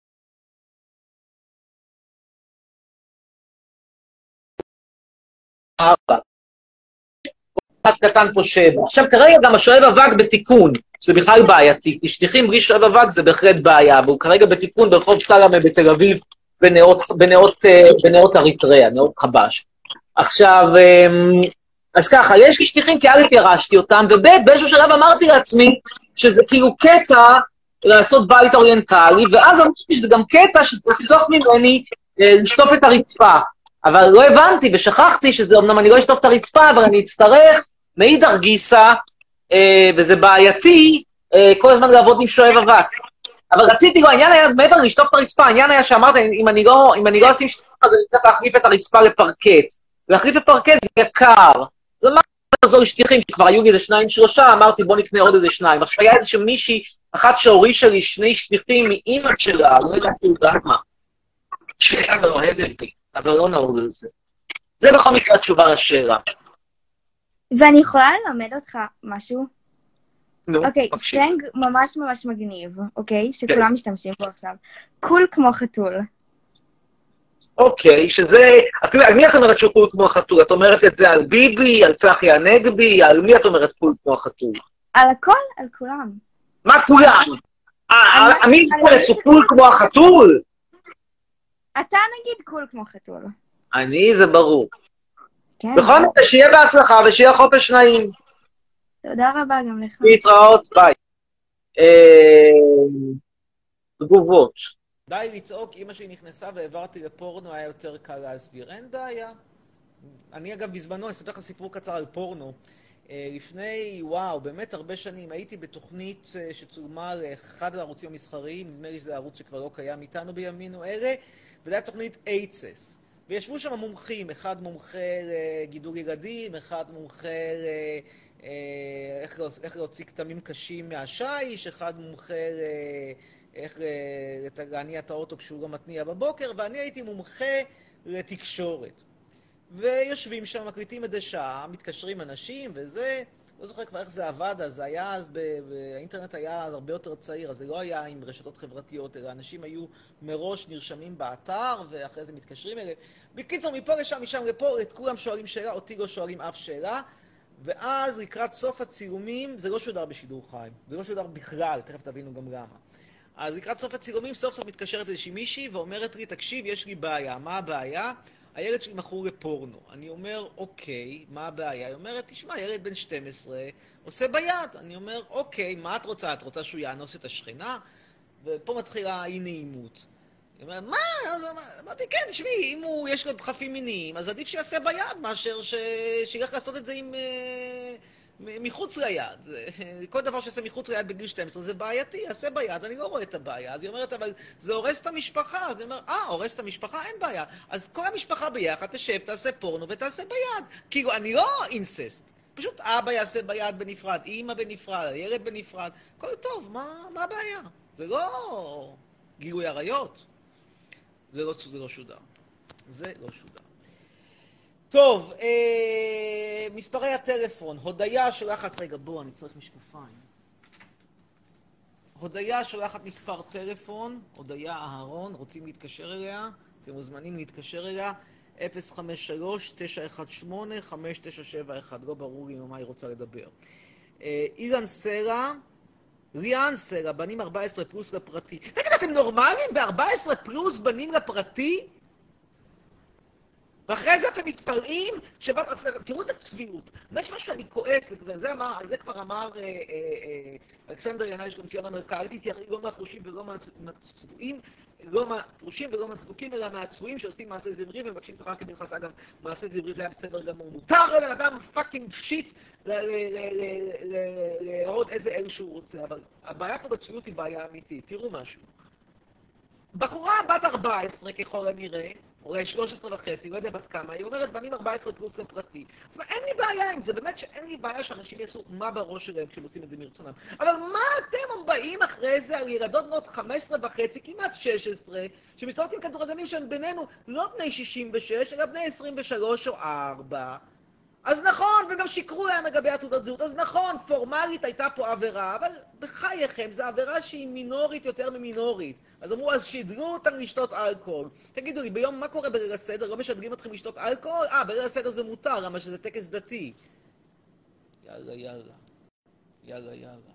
ארבע. אחד קטן פה שבע. עכשיו כרגע גם השואב אבק בתיקון, זה בכלל בעייתי, כי שטיחים בלי שואב אבק זה בהחלט בעיה, והוא כרגע בתיקון ברחוב סלמה בתל אביב, בנאות, בנאות, בנאות אריתריאה, נאות חבש. עכשיו, אז ככה, יש לי שטיחים כי א' ירשתי אותם, וב' באיזשהו שלב אמרתי לעצמי, שזה כאילו קטע לעשות בית אוריינטלי, ואז אמרתי שזה גם קטע שתחסוך ממני לשטוף את הרצפה. אבל לא הבנתי ושכחתי שזה, אמנם אני לא אשטוף את הרצפה, אבל אני אצטרך מאידך גיסא, אה, וזה בעייתי, אה, כל הזמן לעבוד עם שואב אבק. אבל רציתי, לא, העניין היה, מעבר לשטוף את הרצפה, העניין היה שאמרת, אם אני לא, אם אני לא אשים שטוף, אז אני צריך להחליף את הרצפה לפרקט. להחליף את פרקט זה יקר. זה מה לעזור שטיחים, שכבר היו לי איזה שניים שלושה, אמרתי בוא נקנה עוד איזה שניים. עכשיו היה איזה מישהי, אחת שהורישה לי שני שטיחים מאמא שלה, לא יודעת מה. שאלה לא אוהבת לי. אבל לא נהוג על זה. זה בכל מקרה התשובה לשאלה. ואני יכולה ללמד אותך משהו? נו, אוקיי, סלנג ממש ממש מגניב, אוקיי? שכולם משתמשים בו עכשיו. קול כמו חתול. אוקיי, שזה... מי את אומרת שהוא קול כמו החתול? את אומרת את זה על ביבי, על צחי הנגבי, על מי את אומרת קול כמו החתול? על הכל, על כולם. מה כולם? מי אומרת שהוא קול כמו החתול? אתה נגיד קול כמו חתול. אני, זה ברור. כן. בכל מקרה, שיהיה בהצלחה ושיהיה חופש נעים. תודה רבה גם לך. להתראות, ביי. תגובות. די לצעוק, אמא שלי נכנסה והעברתי לפורנו, היה יותר קל להסביר. אין בעיה. אני אגב בזמנו, אני אספר לך סיפור קצר על פורנו. לפני, וואו, באמת הרבה שנים, הייתי בתוכנית שצולמה לאחד הערוצים המסחריים, נדמה לי שזה הערוץ שכבר לא קיים איתנו בימינו אלה, וזו הייתה תוכנית אייצס. וישבו שם מומחים, אחד מומחה לגידול ילדים, אחד מומחה ל... איך, איך להוציא כתמים קשים מהשיש, אחד מומחה ל... איך להניע את האוטו כשהוא לא מתניע בבוקר, ואני הייתי מומחה לתקשורת. ויושבים שם, מקליטים את זה שעה, מתקשרים אנשים וזה, לא זוכר כבר איך זה עבד, אז זה היה אז, האינטרנט היה אז הרבה יותר צעיר, אז זה לא היה עם רשתות חברתיות, אלא אנשים היו מראש נרשמים באתר, ואחרי זה מתקשרים אלה. בקיצור, מפה לשם, משם לפה, את כולם שואלים שאלה, אותי לא שואלים אף שאלה, ואז לקראת סוף הצילומים, זה לא שודר בשידור חי, זה לא שודר בכלל, תכף תבינו גם למה. אז לקראת סוף הצילומים, סוף סוף מתקשרת איזושהי מישהי ואומרת לי, תקשיב, יש לי בעיה, מה הבעיה? הילד שלי מכור לפורנו. אני אומר, אוקיי, מה הבעיה? היא אומרת, תשמע, ילד בן שתים עשרה עושה ביד. אני אומר, אוקיי, מה את רוצה? את רוצה שהוא יאנוס את השכנה? ופה מתחילה אי נעימות. היא אומרת, מה? אמרתי, כן, תשמעי, אם הוא, יש לו דחפים מיניים, אז עדיף שיעשה ביד, מאשר ש... שילך לעשות את זה עם... מחוץ ליד. כל דבר שעושה מחוץ ליד בגיל שתים עשרה זה בעייתי, יעשה ביד, אז אני לא רואה את הבעיה. אז היא אומרת, אבל זה הורס את המשפחה. אז אני אומר, אה, הורס את המשפחה? אין בעיה. אז כל המשפחה ביחד תשב, תעשה פורנו ותעשה ביד. כאילו, אני לא אינססט. פשוט אבא יעשה ביד בנפרד, אמא בנפרד, ילד בנפרד. כל טוב, מה, מה הבעיה? זה לא גילוי עריות. זה לא, זה לא שודר. זה לא שודר. טוב, אה, מספרי הטלפון. הודיה שולחת, רגע, בוא, אני צריך משקפיים. הודיה שולחת מספר טלפון, הודיה אהרון, רוצים להתקשר אליה? אתם מוזמנים להתקשר אליה, אפס חמש שלוש תשע אחת שמונה חמש תשע שבע אחת, לא ברור לי מה היא רוצה לדבר. אה, אילן סלע, ליאן סלע, בנים ארבע עשרה פלוס לפרטי. תגיד, אתם נורמליים ב-ארבע עשרה פלוס בנים לפרטי? ואחרי זה אתם מתפרעים שבת עשרה, תראו את הצביעות. ויש מה שאני כועס, וזה אמר, על זה כבר אמר אלכסנדר ינאי שגם המרכז, אל תתייחי לא מהפרושים ולא מהצבועים, לא מהפרושים ולא מהצבוקים, אלא מהצבועים שעושים מעשה זמרי, ומבקשים לך כדי לך אגב, מעשה זמרי זה היה בסדר גמור. מותר לאדם פאקינג שיט להראות איזה אל שהוא רוצה, אבל הבעיה פה בצביעות היא בעיה אמיתית. תראו משהו. בחורה בת ארבע עשרה ככל הנראה, אולי שלוש עשרה וחצי, לא יודע בת כמה, היא אומרת בנים ארבע עשרה פלוס לפרטי. זאת אומרת, אין לי בעיה עם זה, באמת שאין לי בעיה שאנשים יעשו מה בראש שלהם כשהם עושים את זה מרצונם. אבל מה אתם באים אחרי זה על ילדות בנות חמש עשרה וחצי, כמעט שש עשרה, שמסתובבות עם כדורגלנים שהם בינינו לא בני שישים ושש, אלא בני עשרים ושלוש או ארבע. אז נכון, וגם שיקרו להם לגבי התעודת זהות, אז נכון, פורמלית הייתה פה עבירה, אבל בחייכם, זו עבירה שהיא מינורית יותר ממינורית. אז אמרו, אז שידרו אותם לשתות אלכוהול. תגידו לי, ביום מה קורה בליל הסדר? לא משדרים אתכם לשתות אלכוהול? אה, בליל הסדר זה מותר, למה שזה טקס דתי. יאללה, יאללה. יאללה, יאללה.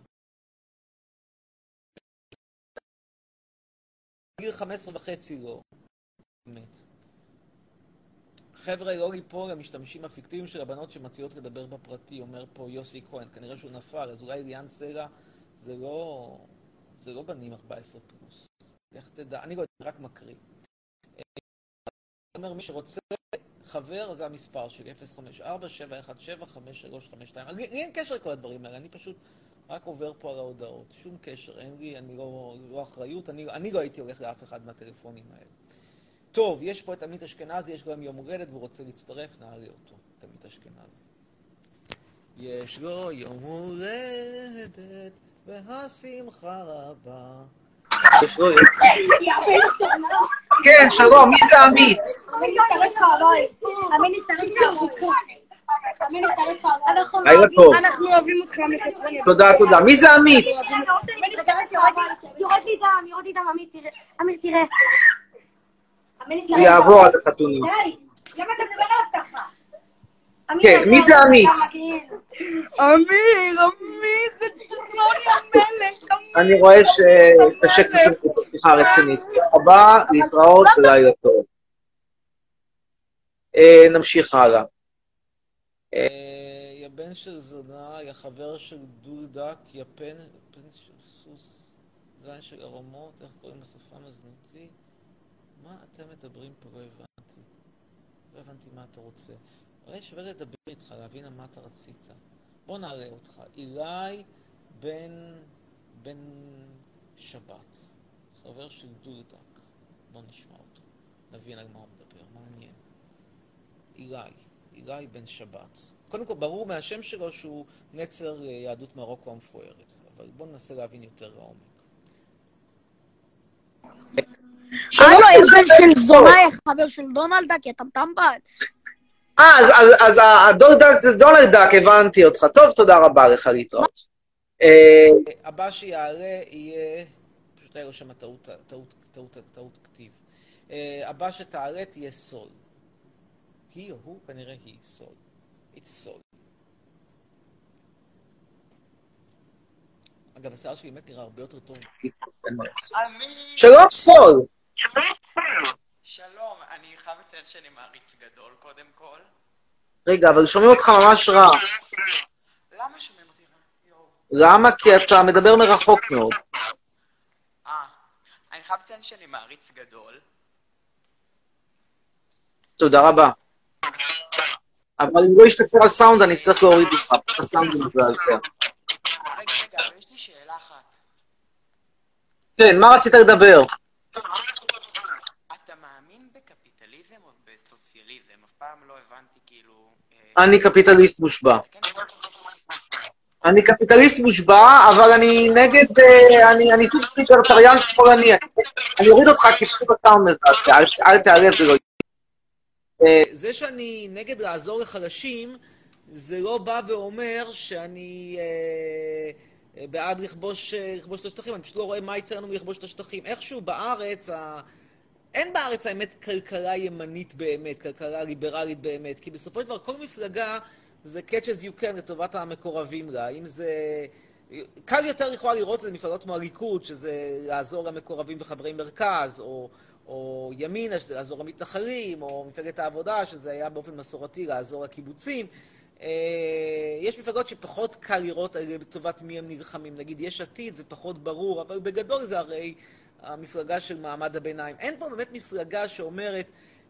גיל חמש עשרה וחצי לא. באמת. חבר'ה, לא ליפול המשתמשים הפיקטיביים של הבנות שמציעות לדבר בפרטי, אומר פה יוסי כהן, כנראה שהוא נפל, אז אולי ליאן סלע זה לא, זה לא בנים ארבע עשרה פלוס. איך תדע, אני לא יודע, רק מקריא. אומר, מי שרוצה חבר, זה המספר שלי, אפס חמש ארבע שבע אחת שבע חמש שלוש חמש שתיים. לי אין קשר לכל הדברים האלה, אני פשוט רק עובר פה על ההודעות. שום קשר, אין לי, אני לא, לא אחריות, אני, אני לא הייתי הולך לאף אחד מהטלפונים האלה. טוב, יש פה את עמית אשכנזי, יש לו יום הולדת והוא רוצה להצטרף, נעלה אותו, את עמית אשכנזי. יש לו יום הולדת והשמחה רבה. יש לו יום... כן, שלום, מי זה עמית? עמית נשתרף לך הבית. עמית נשתרף לך הבית. לילה טוב. אנחנו אוהבים אותך מחצרני. תודה, תודה. מי זה עמית? יורד לי דם, יורד לי דם, עמית, תראה. עמית, תראה. הוא יעבור על החתונים. למה אתה מדבר עליו ככה? כן, מי זה עמית? אמיר, אמיר, חצרוני המלך, אמיר. אני רואה שקשה קצת לפתיחה רצינית. הבא, להתראות ולילה טוב. נמשיך הלאה. יא בן של זונה, יא חבר של דולדק, יא פן של סוס, זין של ארומות, איך קוראים לשפה מזנותי? מה אתם מדברים פה? לא הבנתי. לא הבנתי מה אתה רוצה. אולי שווה לדבר איתך, להבין מה אתה רצית. בוא נעלה אותך. אילי בן... בן שבת. חבר של דולדק. בוא נשמע אותו. נבין על מה הוא מדבר. מעניין. אילי. אילי בן שבת. קודם כל, ברור מהשם שלו שהוא נצר יהדות מרוקו המפוארת. אבל בוא ננסה להבין יותר לעומק. הלו, הבן של זונה, חבר של דונלד דק, אתה מטמבל. אה, אז הדולדק זה דונלד דק, הבנתי אותך. טוב, תודה רבה לך להתראות. הבא שיעלה יהיה, פשוט היה לו שם טעות כתיב. הבא שתעלה תהיה סול. היא או הוא? כנראה היא, סול. It's סול. אגב, השיער שלי באמת נראה הרבה יותר טוב. שלום סול! שלום, אני חייב לציין שאני מעריץ גדול קודם כל. רגע, אבל שומעים אותך ממש רע. למה שומעים אותי רע? למה? כי אתה מדבר מרחוק מאוד. אה, אני חייב לציין שאני מעריץ גדול. תודה רבה. אבל אם לא ישתפר הסאונד, אני צריך להוריד אותך. הסאונד מזעזע. רגע, רגע, אבל יש לי שאלה אחת. כן, מה רצית לדבר? אתה מאמין בקפיטליזם או בסוציאליזם? אף פעם לא הבנתי כאילו... אני קפיטליסט מושבע. אני קפיטליסט מושבע, אבל אני נגד... אני סוג ליברטריאן שמאלני. אני אוריד אותך כי פשוט הסאונד מזעזע. אל תערב, זה לא... זה שאני נגד לעזור לחלשים, זה לא בא ואומר שאני אה, בעד לכבוש, לכבוש את השטחים. אני פשוט לא רואה מה יצא לנו לכבוש את השטחים. איכשהו בארץ, ה... אין בארץ האמת כלכלה ימנית באמת, כלכלה ליברלית באמת, כי בסופו של דבר כל מפלגה זה catch as you can לטובת המקורבים לה. אם זה... קל יותר יכולה לראות את זה מפלגות כמו הליכוד, שזה לעזור למקורבים וחברי מרכז, או... או ימינה, שזה לעזור למתנחלים, או מפלגת העבודה, שזה היה באופן מסורתי לעזור לקיבוצים. יש מפלגות שפחות קל לראות לטובת מי הם נלחמים. נגיד, יש עתיד, זה פחות ברור, אבל בגדול זה הרי המפלגה של מעמד הביניים. אין פה באמת מפלגה שאומרת,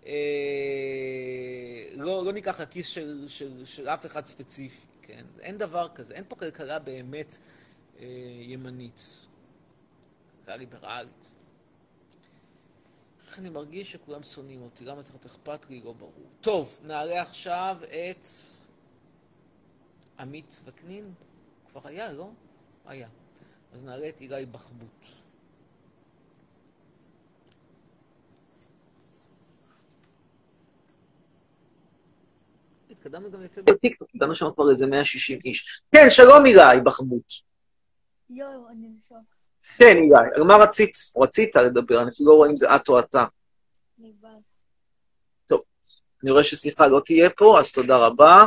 לא, לא ניקח הכיס של, של, של אף אחד ספציפי, כן? אין דבר כזה. אין פה כלכלה באמת ימנית, כלכלה ליברלית. איך אני מרגיש שכולם שונאים אותי, למה צריך אכפת לי, לא ברור. טוב, נעלה עכשיו את עמית וקנין. כבר היה, לא? היה. אז נעלה את אילי בחבוט. התקדמנו גם יפה בטיקטוק, התקדמנו שם כבר איזה מאה ושישים איש. כן, שלום אילי בחבוט. יואו, אני נשוק. כן, אילי, על מה רצית? רצית לדבר, אני אפילו לא רואה אם זה את או אתה. טוב, אני רואה ששיחה לא תהיה פה, אז תודה רבה.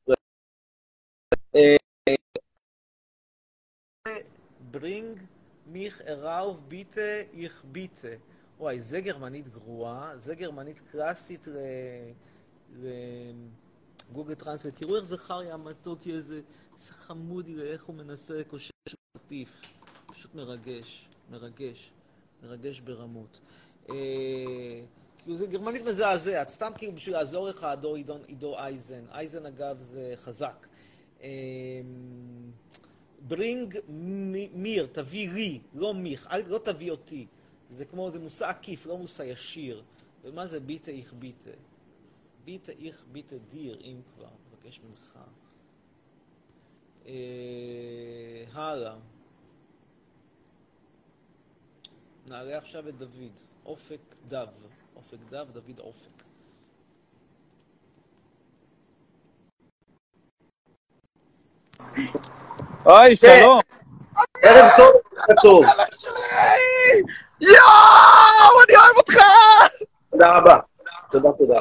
ברינג מיך אראוב ביטה איך ביטה. וואי, זה גרמנית גרועה, זה גרמנית קלאסית לגוגל טרנסלייט. תראו איך זה חריה המתוק, איזה חמודי, איך הוא מנסה לקושש לטיף. פשוט מרגש, מרגש, מרגש ברמות. כאילו זה גרמנית מזעזע, סתם כאילו בשביל לעזור לך עידו אייזן. אייזן אגב זה חזק. ברינג מיר, תביא לי, לא מיך, לא תביא אותי. זה כמו, זה מושא עקיף, לא מושא ישיר. ומה זה ביטה איך ביטה? ביטה איך ביטה דיר, אם כבר, מבקש ממך. הלאה. נעלה עכשיו את דוד, אופק דב, אופק דב, דוד אופק. היי, שלום. ערב טוב, ערב טוב. יואו, אני אוהב אותך! תודה רבה. תודה, תודה.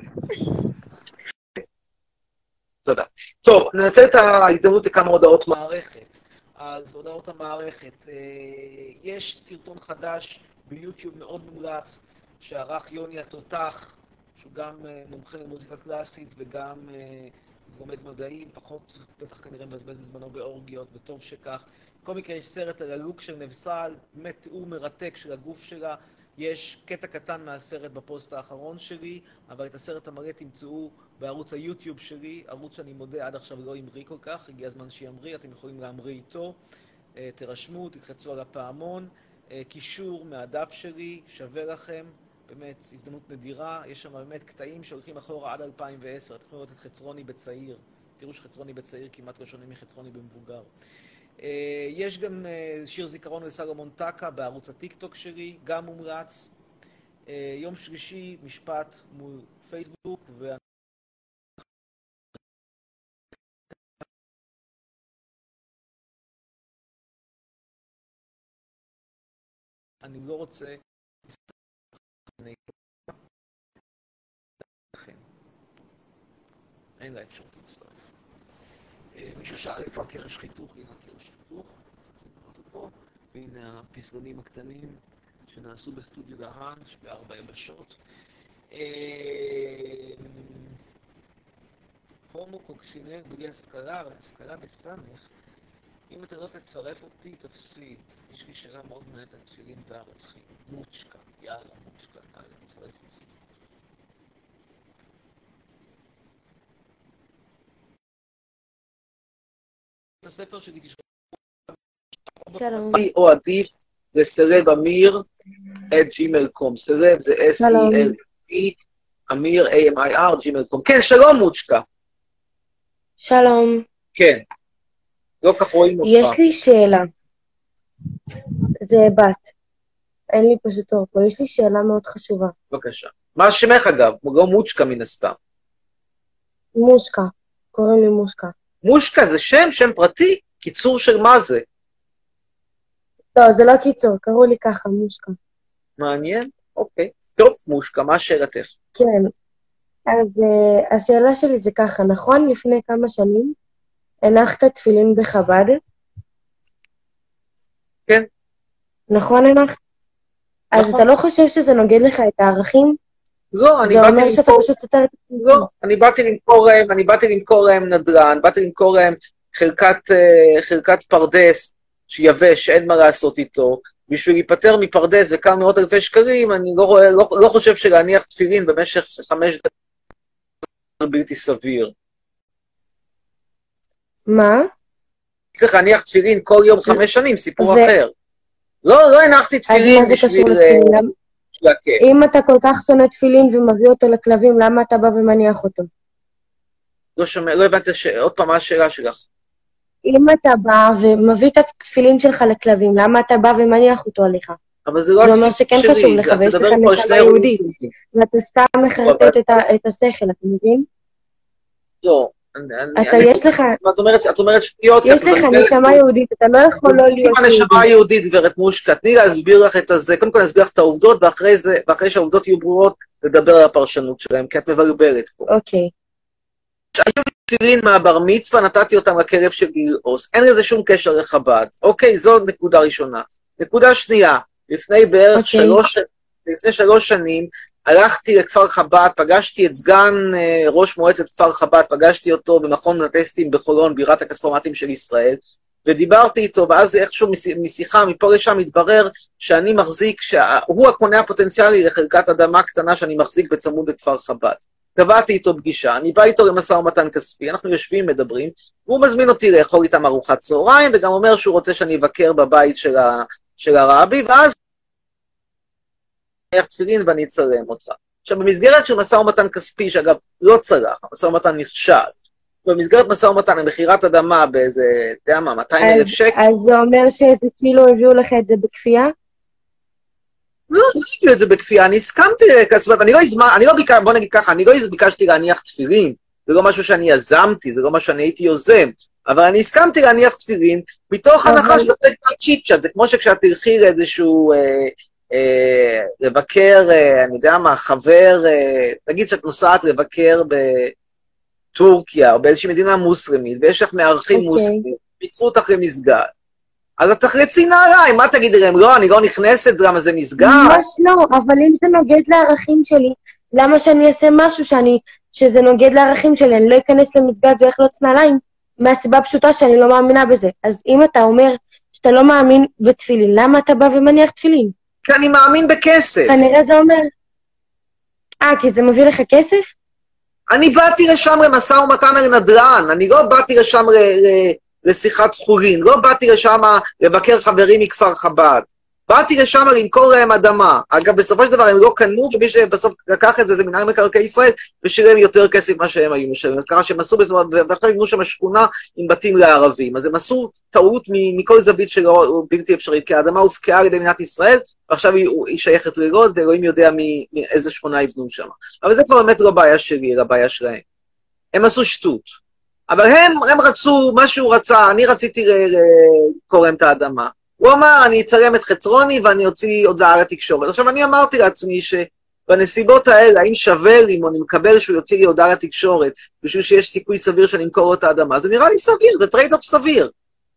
תודה. טוב, ננצל את ההזדמנות לכמה הודעות מערכת. אז הודעות המערכת. יש סרטון חדש ביוטיוב מאוד מומלץ שערך יוני התותח, שהוא גם מומחה למוזיקה קלאסית וגם לומד מדעים, פחות בטח כנראה מבזבז את זמנו באורגיות, וטוב שכך. בכל מקרה יש סרט על הלוק של נבסל, באמת תיאור מרתק של הגוף שלה. יש קטע קטן מהסרט בפוסט האחרון שלי, אבל את הסרט המלא תמצאו בערוץ היוטיוב שלי, ערוץ שאני מודה עד עכשיו לא המריא כל כך, הגיע הזמן שימריא, אתם יכולים להמריא איתו, תרשמו, תלחצו על הפעמון, קישור מהדף שלי, שווה לכם, באמת הזדמנות נדירה, יש שם באמת קטעים שהולכים אחורה עד אלפיים ועשר, אתם יכולים לראות את חצרוני בצעיר, תראו שחצרוני בצעיר כמעט לא שונה מחצרוני במבוגר. יש גם שיר זיכרון לסלומון טקה בערוץ הטיקטוק שלי, גם מומלץ. יום שלישי, משפט מול פייסבוק, ואני לא רוצה אין לה אפשרות להצטרף. מישהו שאל איפה הקרש חיתוך, הנה הקרש חיתוך. והנה הפסגונים הקטנים שנעשו בסטודיו דהן, בארבע יבשות. הומו קוקסינל בלי השכלה, אבל השכלה בסמך. אם אתה לא תצרף אותי, תפסיד. יש לי שאלה מאוד מעט על תפילין וערכים. מוצ'קה, יאללה, מוצ'קה, יאללה, תצרף אותי. הספר שלי תשכח. שלום. או עדיף זה סרב אמיר את ג'ימל קום. סרב זה אס אי אל פי, אמיר, איי אם איי אר, ג'ימל קום. כן, שלום מוצ'קה. שלום. כן. לא כך רואים אותך. יש לי שאלה. זה בת. אין לי פשוט אור פה. יש לי שאלה מאוד חשובה. בבקשה. מה שמך אגב? לא מוצ'קה מן הסתם. מושקה. קוראים לי מושקה. מושקה זה שם, שם פרטי? קיצור של מה זה? לא, זה לא קיצור. קראו לי ככה, מושקה. מעניין? אוקיי. טוב, מושקה, מה שאלתך? כן. אז uh, השאלה שלי זה ככה, נכון? לפני כמה שנים הנחת תפילין בחב"ד? כן. נכון הנחת? אז נכון. אתה לא חושב שזה נוגד לך את הערכים? לא, אני זה באתי אומר שאתה למכור... פשוט יותר... לא, אני באתי למכור להם, אני באתי למכור להם נדל"ן, באתי למכור להם חלקת, uh, חלקת פרדס שיבש, אין מה לעשות איתו. בשביל להיפטר מפרדס וכמה מאות אלפי שקלים, אני לא, רואה, לא, לא חושב שלהניח תפילין במשך חמש דקות בלתי סביר. מה? צריך להניח תפילין כל יום חמש שנים, סיפור זה... אחר. לא, לא הנחתי תפילין בשביל... אם אתה כל כך שונא תפילין ומביא אותו לכלבים, למה אתה בא ומניח אותו? לא שומע, לא הבנתי ש... עוד פעם מה השאלה שלך. אם אתה בא ומביא את התפילין שלך לכלבים, למה אתה בא ומניח אותו עליך? אבל זה לא זה אומר שכן חשוב לך, ויש לך נשמה יהודית, ואתה סתם מחרטט את השכל, אתה מבין? לא. אתה יש לך... את אומרת שטויות. יש לך נשמה יהודית, אתה לא יכול לא להיות יהודי. נשמה יהודית, גברת מושקה, תני להסביר לך את הזה, קודם כל להסביר לך את העובדות, ואחרי שהעובדות יהיו ברורות, לדבר על הפרשנות שלהם, כי את מבלבלת פה. אוקיי. שהיו לי תפילין מהבר מצווה, נתתי אותם לכלב של גילאוס, אין לזה שום קשר לחב"ד. אוקיי, זו נקודה ראשונה. נקודה שנייה, לפני בערך שלוש, לפני שלוש שנים, הלכתי לכפר חב"ד, פגשתי את סגן אה, ראש מועצת כפר חב"ד, פגשתי אותו במכון הטסטים בחולון, בירת הכספומטים של ישראל, ודיברתי איתו, ואז איכשהו משיחה, מפה לשם התברר שאני מחזיק, שהוא הקונה הפוטנציאלי לחלקת אדמה קטנה שאני מחזיק בצמוד לכפר חב"ד. קבעתי איתו פגישה, אני בא איתו למשא ומתן כספי, אנחנו יושבים, מדברים, והוא מזמין אותי לאכול איתם ארוחת צהריים, וגם אומר שהוא רוצה שאני אבקר בבית של, ה, של הרבי, ואז אני תפילין ואני אצלם אותך. עכשיו, במסגרת של משא ומתן כספי, שאגב לא צלח, משא ומתן נכשל, במסגרת משא ומתן למכירת אדמה באיזה, אתה יודע מה, מאתיים אלף שקל. אז זה אומר שזה כאילו הביאו לך את זה בכפייה? לא, לא הביאו את זה בכפייה, אני הסכמתי לכספת, אני לא הזמן, אני לא ביקשתי, בוא נגיד ככה, אני לא ביקשתי להניח תפילין, זה לא משהו שאני יזמתי, זה לא משהו שאני הייתי יוזם, אבל אני הסכמתי להניח תפילין, מתוך הנחה שזה צ'יט-צ'אט, זה כמו שכשאת תלכי לאיזשהו... אה, לבקר, אה, אני יודע מה, חבר, אה, נגיד שאת נוסעת לבקר בטורקיה, או באיזושהי מדינה מוסלמית, ויש לך מארחים okay. מוסלמים, פיקחו אותך למסגד. אז את תחלצי נעליים, מה תגידי להם? לא, אני לא נכנסת, זה למה זה מסגד? ממש לא, אבל אם זה נוגד לערכים שלי, למה שאני אעשה משהו שאני, שזה נוגד לערכים שלי, אני לא אכנס למסגד ואחלוץ נעליים, מהסיבה פשוטה שאני לא מאמינה בזה. אז אם אתה אומר שאתה לא מאמין בתפילין, למה אתה בא ומניח תפילין? כי אני מאמין בכסף. כנראה זה אומר... אה, כי זה מביא לך כסף? אני באתי לשם למשא ומתן על נדל"ן, אני לא באתי לשם ל- ל- לשיחת חולין, לא באתי לשם לבקר חברים מכפר חב"ד, באתי לשם למכור להם אדמה. אגב, בסופו של דבר הם לא קנו, ומי שבסוף לקח את זה, זה מנהל מקרקעי ישראל, ושילם יותר כסף מה שהם היו משלמים. ככה שהם עשו, ועכשיו יבנו שם שכונה עם בתים לערבים. אז הם עשו טעות מכל זווית שלו בלתי אפשרית, כי האדמה הופקעה על ידי מדינת ישראל, ועכשיו היא, היא שייכת ללוד, ואלוהים יודע מאיזה שכונה יבנו שם. אבל זה כבר באמת לא בעיה שלי, אלא בעיה שלהם. הם עשו שטות. אבל הם, הם רצו, מה שהוא רצה, אני רציתי לקרוא להם את האדמה. הוא אמר, אני אצלם את חצרוני ואני אוציא הודעה לתקשורת. עכשיו, אני אמרתי לעצמי שבנסיבות האלה, האם שווה לי, או אני מקבל שהוא יוציא לי הודעה לתקשורת, בשביל שיש סיכוי סביר שאני אמכור את האדמה, זה נראה לי סביר, זה טרייד-אוף סביר.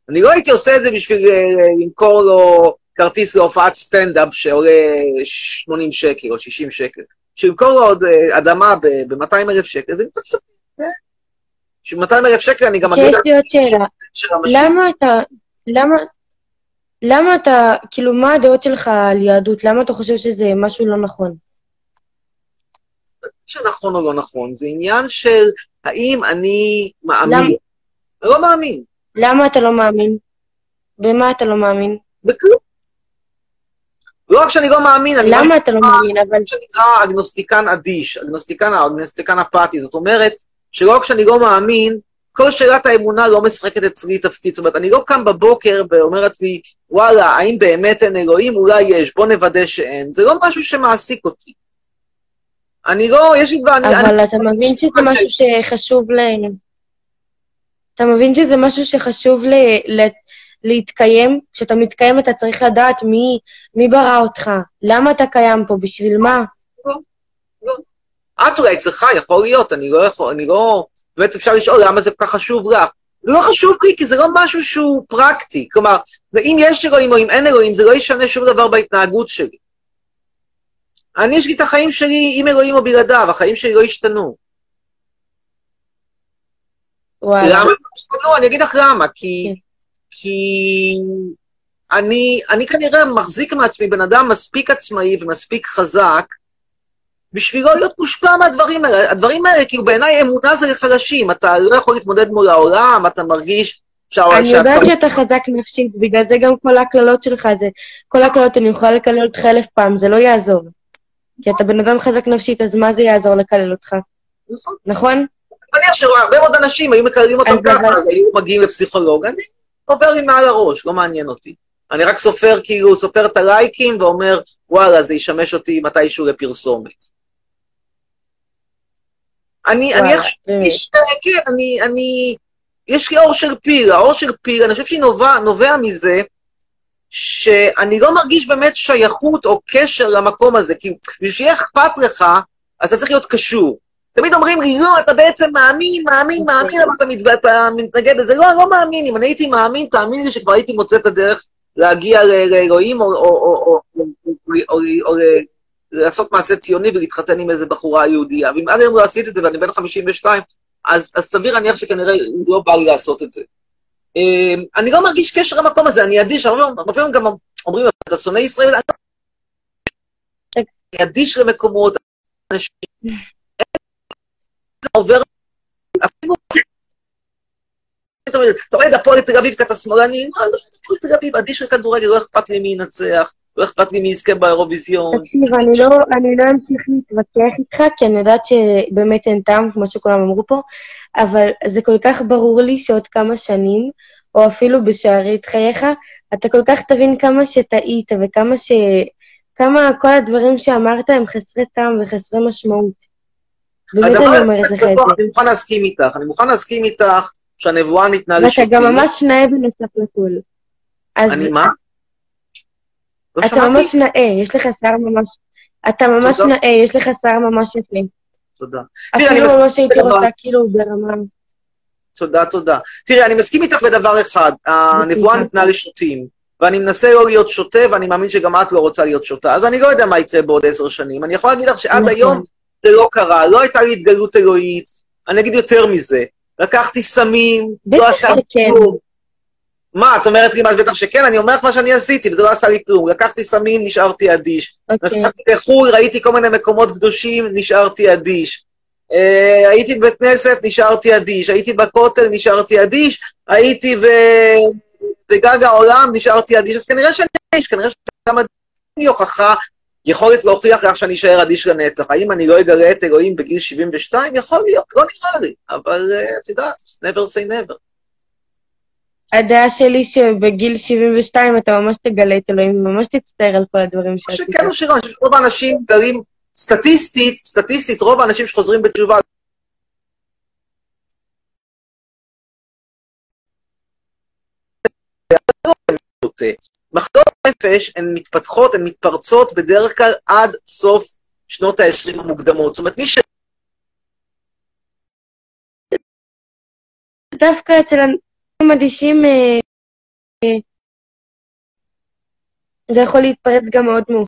אני לא הייתי עושה את זה בשביל למכור לו כרטיס להופעת סטנדאפ שעולה שמונים שקל או שישים שקל. בשביל למכור לו עוד אדמה ב-מאתיים אלף שקל, זה פשוט. בשביל מאתיים אלף שקל אני גם אגיד... יש לי עוד שאלה. למה אתה... למה... למה אתה... כאילו, מה הדעות שלך על יהדות? למה אתה חושב שזה משהו לא נכון? שנכון או לא נכון, זה עניין של האם אני מאמין. למה? לא מאמין. למה אתה לא מאמין? במה אתה לא מאמין? בכלום. לא רק שאני לא מאמין, אני... למה אתה לא מאמין, אבל... שנקרא אגנוסטיקן אדיש, אגנוסטיקן, אגנוסטיקן אפאתי, זאת אומרת, שלא רק שאני לא מאמין, כל שאלת האמונה לא משחקת אצלי תפקיד, זאת אומרת, אני לא קם בבוקר ואומר לעצמי, וואלה, האם באמת אין אלוהים? אולי יש, בוא נוודא שאין. זה לא משהו שמעסיק אותי. אני לא, יש לי כבר... אבל אתה מבין שזה משהו שחשוב ל... אתה מבין שזה משהו שחשוב להתקיים? כשאתה מתקיים אתה צריך לדעת מי ברא אותך, למה אתה קיים פה, בשביל מה? לא, לא. את אולי צריכה, יכול להיות, אני לא יכול, אני לא... באמת אפשר לשאול למה זה כל כך חשוב לך. זה לא חשוב לי, כי זה לא משהו שהוא פרקטי. כלומר, ואם יש אלוהים או אם אין אלוהים, זה לא ישנה שום דבר בהתנהגות שלי. אני יש לי את החיים שלי עם אלוהים או בלעדיו, החיים שלי לא השתנו. וואלה. למה לא השתנו? אני אגיד לך למה, כי... כי... אני, אני כנראה מחזיק מעצמי בן אדם מספיק עצמאי ומספיק חזק, בשביל לא להיות מושפע מהדברים האלה. הדברים האלה, כאילו בעיניי אמונה זה לחלשים, אתה לא יכול להתמודד מול העולם, אתה מרגיש שהצמא... אני יודעת שאתה חזק נפשית, בגלל זה גם כל ההקללות שלך, זה, כל ההקללות אני יכולה לקלל אותך אלף פעם, זה לא יעזור. כי אתה בן אדם חזק נפשית, אז מה זה יעזור לקלל אותך? נכון. נכון? אני מניח שהרבה מאוד אנשים היו מקללים אותם ככה, אז היו מגיעים לפסיכולוג, אני עובר לי מעל הראש, לא מעניין אותי. אני רק סופר, כאילו, סופר את הלייקים ואומר, וואלה, זה ישמש אותי מתישהו לפרסומת. אני, אני איך שיש, כן, אני, אני, יש לי אור של פיל, האור של פיל, אני חושב שהיא נובע, נובע מזה, שאני לא מרגיש באמת שייכות או קשר למקום הזה, כי בשביל שיהיה אכפת לך, אתה צריך להיות קשור. תמיד אומרים לי, לא, אתה בעצם מאמין, מאמין, מאמין, אבל אתה, מת, אתה מתנגד לזה. לא, אני לא מאמין, אם אני הייתי מאמין, תאמין לי שכבר הייתי מוצא את הדרך להגיע לאלוהים, או, או, או, או, או, או, או, או לעשות מעשה ציוני ולהתחתן עם איזה בחורה יהודייה. ואם עד היום לא עשיתי את זה, ואני בן חמישים ושתיים, אז, אז סביר להניח שכנראה לא בא לי לעשות את זה. אני לא מרגיש קשר למקום הזה, אני אדיש, הרבה פעמים גם אומרים, אתה שונא ישראל, אני אדיש למקומות, אנשים, זה עובר, אפילו, אתה רואה את הפועל תל אביב, כי אתה שמאלני, לא, לא, הפועל תל אביב, אדיש לכדורגל, לא אכפת לי מי ינצח, לא אכפת לי מי יזכה באירוויזיון. תקשיב, אני לא, אני לא אמשיך להתווכח איתך, כי אני יודעת שבאמת אין טעם, כמו שכולם אמרו פה, אבל זה כל כך ברור לי שעוד כמה שנים, או אפילו בשארית חייך, אתה כל כך תבין כמה שטעית, וכמה ש... כמה כל הדברים שאמרת הם חסרי טעם וחסרי משמעות. באמת אני אומרת לך את זה. אני מוכן להסכים איתך, אני מוכן להסכים איתך שהנבואה ניתנה לשוטים. ואתה גם ממש נאה בנוסף לכל. אני מה? אתה ממש נאה, יש לך שיער ממש... אתה ממש נאה, יש לך שיער ממש יפה. תודה. אפילו ממש הייתי רוצה כאילו ברמה... תודה, תודה. תראי, אני מסכים איתך בדבר אחד, הנבואה ניתנה לשוטים, ואני מנסה לא להיות שוטה, ואני מאמין שגם את לא רוצה להיות שוטה, אז אני לא יודע מה יקרה בעוד עשר שנים. אני יכול להגיד לך שעד היום זה לא קרה, לא הייתה לי התגלות אלוהית, אני אגיד יותר מזה, לקחתי סמים, לא עשה לי כלום. מה, את אומרת לי מה, בטח שכן, אני אומר לך מה שאני עשיתי, וזה לא עשה לי כלום. לקחתי סמים, נשארתי אדיש. נסעתי לחו"ל, ראיתי כל מיני מקומות קדושים, נשארתי אדיש. הייתי בבית כנסת, נשארתי אדיש. הייתי בכותל, נשארתי אדיש. הייתי בגג העולם, נשארתי אדיש. אז כנראה שאני אדיש, כנראה שגם אדיש הוכחה, יכולת להוכיח לך שאני אשאר אדיש לנצח. האם אני לא אגלה את אלוהים בגיל שבעים ושתיים? יכול להיות, לא נראה לי. אבל את יודעת, never say never. הדעה שלי שבגיל שבעים ושתיים אתה ממש תגלה את אלוהים, ממש תצטער על כל הדברים שעשית. שכן או שלא, אני חושב שרוב האנשים גרים, סטטיסטית, סטטיסטית, רוב האנשים שחוזרים בתשובה, מחלות נפש הן מתפתחות, הן מתפרצות בדרך כלל עד סוף שנות ה-עשרים המוקדמות. זאת אומרת, מי ש... דווקא אצל אנשים אדישים זה יכול להתפרץ גם מאוד מאוחר.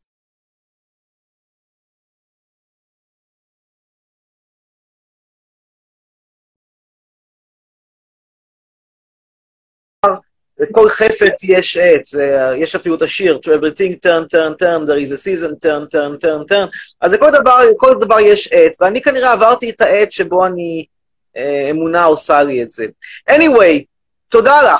לכל חפץ יש עץ, יש אפילו את השיר, to everything turn, turn, turn, there is a season, turn, turn, turn, turn, אז לכל דבר, לכל דבר יש עץ, ואני כנראה עברתי את העץ שבו אני, אה, אמונה עושה לי את זה. anyway, תודה לך,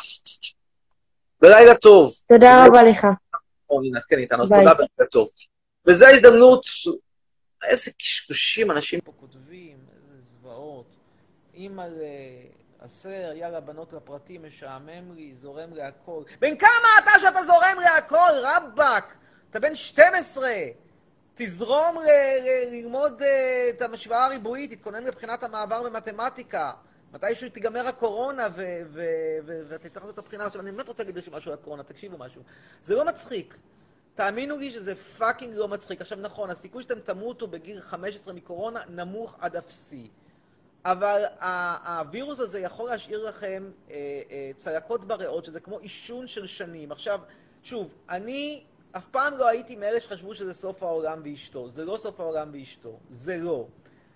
בלילה טוב. תודה רבה לך. או, הנה, כן, איתנו, אז תודה בלילה טוב. וזו ההזדמנות, איזה קשקושים אנשים פה כותבים, איזה זוועות. אימא ל... עשר, יאללה, בנות לפרטים, משעמם לי, זורם לי הכל. בן כמה אתה שאתה זורם לי הכל, רבק? אתה בן שתים עשרה. תזרום ללמוד את המשוואה הריבועית, תתכונן לבחינת המעבר במתמטיקה. מתישהו תיגמר הקורונה ואתה צריך לעשות את הבחינה. עכשיו, אני באמת רוצה להגיד משהו על הקורונה, תקשיבו משהו. זה לא מצחיק. תאמינו לי שזה פאקינג לא מצחיק. עכשיו, נכון, הסיכוי שאתם תמותו בגיל חמש עשרה מקורונה נמוך עד אפסי. אבל הווירוס הזה יכול להשאיר לכם צלקות בריאות, שזה כמו עישון של שנים. עכשיו, שוב, אני אף פעם לא הייתי מאלה שחשבו שזה סוף העולם ואשתו. זה לא סוף העולם ואשתו. זה לא.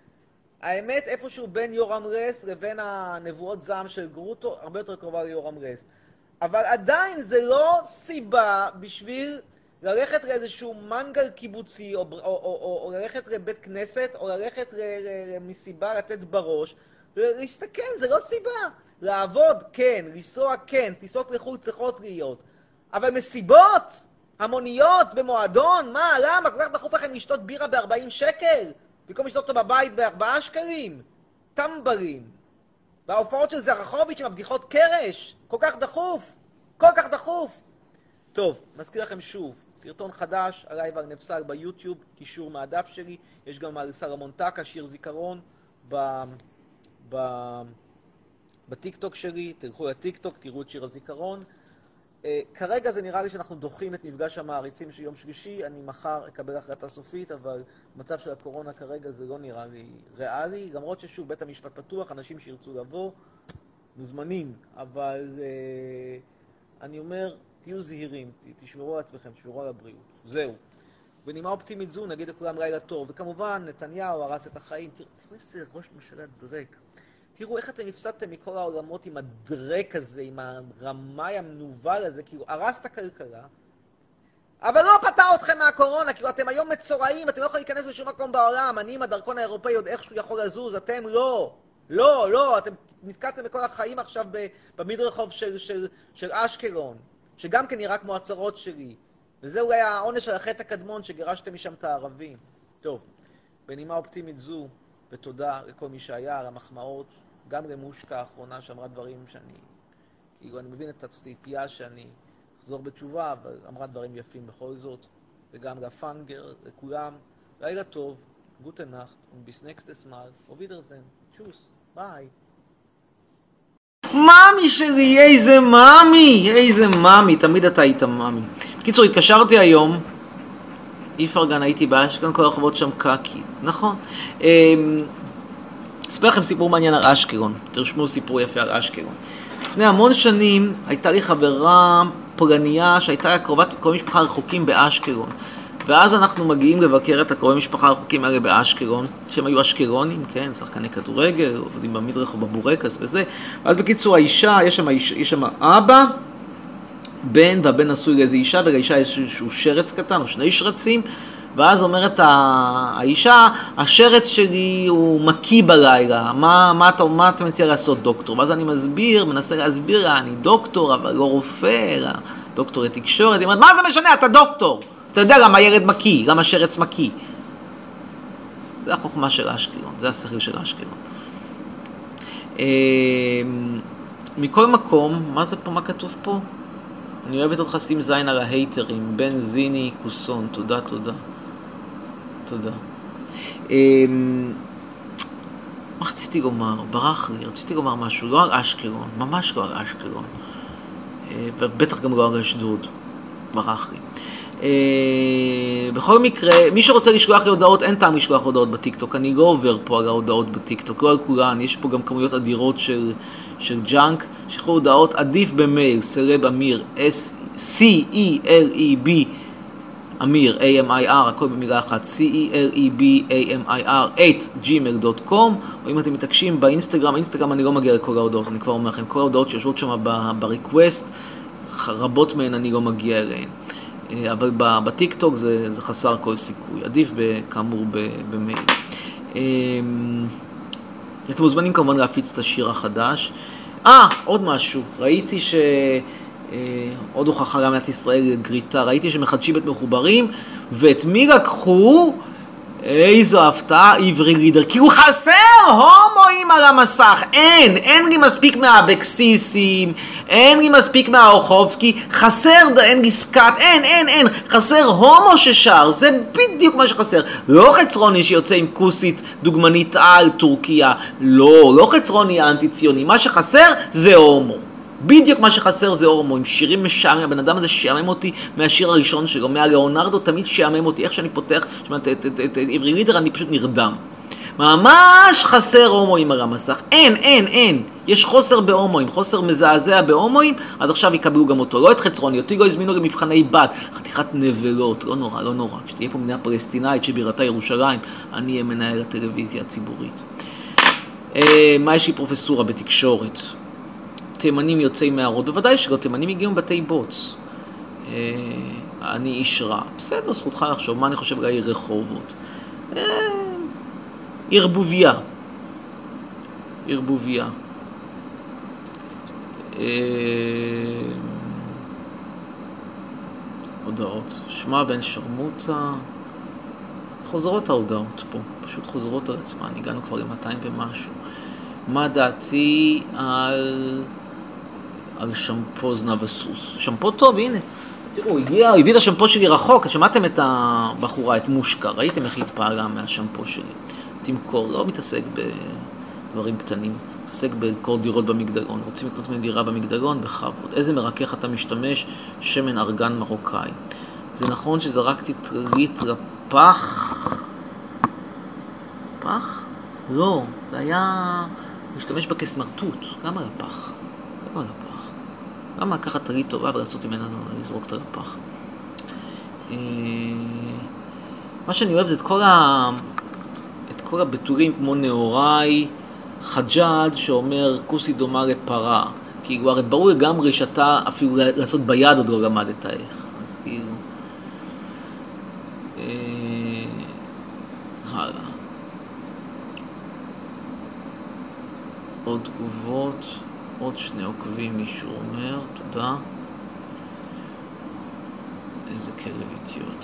האמת, איפשהו בין יורם רס לבין הנבואות זעם של גרוטו, הרבה יותר קרובה ליורם רס. אבל עדיין זה לא סיבה בשביל ללכת לאיזשהו מנגל קיבוצי, או, או, או, או, או ללכת לבית כנסת, או ללכת למסיבה לתת בראש, להסתכן, זה לא סיבה. לעבוד, כן, לנסוע, כן, טיסות לחו"ל צריכות להיות. אבל מסיבות, המוניות, במועדון, מה, למה? כל כך דחוף לכם לשתות בירה ב-ארבעים שקל? במקום לשתות אותו בבית ב-ארבעה שקלים? טמבלים. וההופעות של זרחוביץ' עם הבדיחות קרש, כל כך דחוף, כל כך דחוף. טוב, מזכיר לכם שוב, סרטון חדש, עליי ועל נפסל ביוטיוב, קישור מהדף שלי, יש גם על סלומון טקה, שיר זיכרון, ב... ב... בטיקטוק שלי, תלכו לטיקטוק, תראו את שיר הזיכרון. Uh, כרגע זה נראה לי שאנחנו דוחים את מפגש המעריצים של יום שלישי, אני מחר אקבל החלטה סופית, אבל במצב של הקורונה כרגע זה לא נראה לי ריאלי, למרות ששוב בית המשפט פתוח, אנשים שירצו לבוא, מוזמנים, אבל uh, אני אומר, תהיו זהירים, תשמרו על עצמכם, תשמרו על הבריאות. זהו. בנימה אופטימית זו, נגיד לכולם לילה טוב. וכמובן, נתניהו הרס את החיים. תראו, תראו איזה ראש ממשלה דרק. תראו איך אתם הפסדתם מכל העולמות עם הדרק הזה, עם הרמאי המנוול הזה, כאילו, הרס את הכלכלה. אבל לא פתע אתכם מהקורונה, כאילו, אתם היום מצורעים, אתם לא יכולים להיכנס לשום מקום בעולם. אני עם הדרכון האירופאי עוד איכשהו יכול לזוז, אתם לא. לא, לא, אתם נתקעתם בכל החיים עכשיו במדרחוב של, של, של אשקלון. שגם כן נראה כמו הצרות שלי. וזה אולי העונש על החטא הקדמון שגירשתם משם את הערבים. טוב, בנימה אופטימית זו, ותודה לכל מי שהיה על המחמאות, גם למושקה האחרונה שאמרה דברים שאני, כאילו אני מבין את הציפייה שאני אחזור בתשובה, אבל אמרה דברים יפים בכל זאת, וגם לפנגר, לכולם, לילה טוב, גוטה נחט, וביס נקסטס מאל, ווידרזן, צ'וס, ביי. מאמי שלי, איזה מאמי, איזה מאמי, תמיד אתה היית מאמי. בקיצור, התקשרתי היום, איפרגן, הייתי באשקלון, כל הרחובות שם קקי, נכון. אספר לכם סיפור מעניין על אשקלון, תרשמו סיפור יפה על אשקלון. לפני המון שנים הייתה לי חברה פולניה שהייתה קרובת כל משפחה רחוקים באשקלון. ואז אנחנו מגיעים לבקר את הקרובי משפחה הרחוקים האלה באשקלון, שהם היו אשקלונים, כן, שחקני כדורגל, עובדים במדרך או בבורקס וזה. ואז בקיצור האישה, יש שם, יש שם אבא, בן, והבן נשוי לאיזו אישה, ולאישה יש איזשהו שרץ קטן, או שני שרצים, ואז אומרת האישה, השרץ שלי הוא מקיא בלילה, מה, מה, אתה, מה אתה מציע לעשות דוקטור? ואז אני מסביר, מנסה להסביר לה, אני דוקטור, אבל לא רופא, אלא דוקטור לתקשורת. היא אומרת, מה זה משנה, אתה דוקטור? אז אתה יודע למה הילד מקיא, למה השרץ מקיא. זה החוכמה של אשקלון, זה השכל של אשקלון. מכל מקום, מה זה פה, מה כתוב פה? אני אוהבת אותך, שים זין על ההייטרים, בן זיני קוסון, תודה, תודה. תודה. מה רציתי לומר? ברח לי, רציתי לומר משהו, לא על אשקלון, ממש לא על אשקלון. ובטח גם לא על אשדוד, ברח לי. בכל מקרה, מי שרוצה לשלוח לי הודעות, אין טעם לשלוח הודעות בטיקטוק, אני לא עובר פה על ההודעות בטיקטוק, לא על כולן, יש פה גם כמויות אדירות של, של ג'אנק, שחרור הודעות עדיף במייל, סלב אמיר, C-E-L-E-B, אמיר, A-M-I-R, הכל במילה אחת, C-E-L-E-B-A-M-I-R, at gmail dot com, או אם אתם מתעקשים באינסטגרם, באינסטגרם אני לא מגיע לכל ההודעות, אני כבר אומר לכם, כל ההודעות שיושבות שם בריקווסט, רבות מהן אני לא מגיע אליהן. אבל בטיקטוק זה, זה חסר כל סיכוי, עדיף כאמור במייל. אתם מוזמנים כמובן להפיץ את השיר החדש. אה, עוד משהו, ראיתי ש... עוד הוכחה גם את ישראל גריטה, ראיתי שמחדשים את מחוברים, ואת מי לקחו? איזו הפתעה, עברי רידר, כי הוא חסר הומואים על המסך, אין, אין לי מספיק מהאבקסיסים, אין לי מספיק מהאורחובסקי, חסר, אין לי סקאט, אין, אין, אין, חסר הומו ששר, זה בדיוק מה שחסר, לא חצרוני שיוצא עם כוסית דוגמנית על טורקיה, לא, לא חצרוני האנטי ציוני, מה שחסר זה הומו. בדיוק מה שחסר זה הומו, עם שירים משעמם, הבן אדם הזה שעמם אותי מהשיר הראשון שלו, מהלאונרדו תמיד שעמם אותי, איך שאני פותח, שמעת, את, את, את, את עברי לידר אני פשוט נרדם. ממש חסר הומואים על המסך, אין, אין, אין, יש חוסר בהומואים, חוסר מזעזע בהומואים, אז עכשיו יקבלו גם אותו, לא את חצרוני, אותי לא הזמינו למבחני בת, חתיכת נבלות, לא נורא, לא נורא, כשתהיה פה מדינה פלסטינאית שבירתה ירושלים, אני אהיה מנהל הטלוויזיה הציבורית. אה, מה יש לי פרופסורה בתקשורת? תימנים יוצאים מהערות, בוודאי שלא, תימנים הגיעו בתי בוץ. אה, אני איש רע. בסדר, זכותך לחשוב, מה אני חושב על העיר רחובות? אה, ערבוביה. ערבוביה. אה, הודעות. שמע בן שרמוטה. חוזרות ההודעות פה, פשוט חוזרות על עצמן, הגענו כבר ל-מאתיים ומשהו. מה דעתי על... על שמפו זנב הסוס. שמפו טוב, הנה. תראו, הגיע, הביא את השמפו שלי רחוק. שמעתם את הבחורה, את מושקה. ראיתם איך היא התפעלה מהשמפו שלי. תמכור, לא מתעסק בדברים קטנים. מתעסק בקור דירות במגדלון. רוצים לקנות מדירה במגדלון? בכבוד. איזה מרכך אתה משתמש? שמן ארגן מרוקאי. זה נכון שזרקתי טרלית לפח? פח? לא. זה היה... להשתמש בה כסמרטוט. למה לפח? למה לפח? למה לקחת טרית טובה ולעשות ממנה לזרוק את הרפח? מה שאני אוהב זה את כל, ה... את כל הביטויים כמו נאוריי, חג'אד שאומר כוסי דומה לפרה. כי הרי ברור לגמרי שאתה אפילו לעשות ביד עוד לא למדת איך. אז כאילו... הלאה. עוד תגובות. עוד שני עוקבים, מישהו אומר, תודה. איזה כלב אידיוט.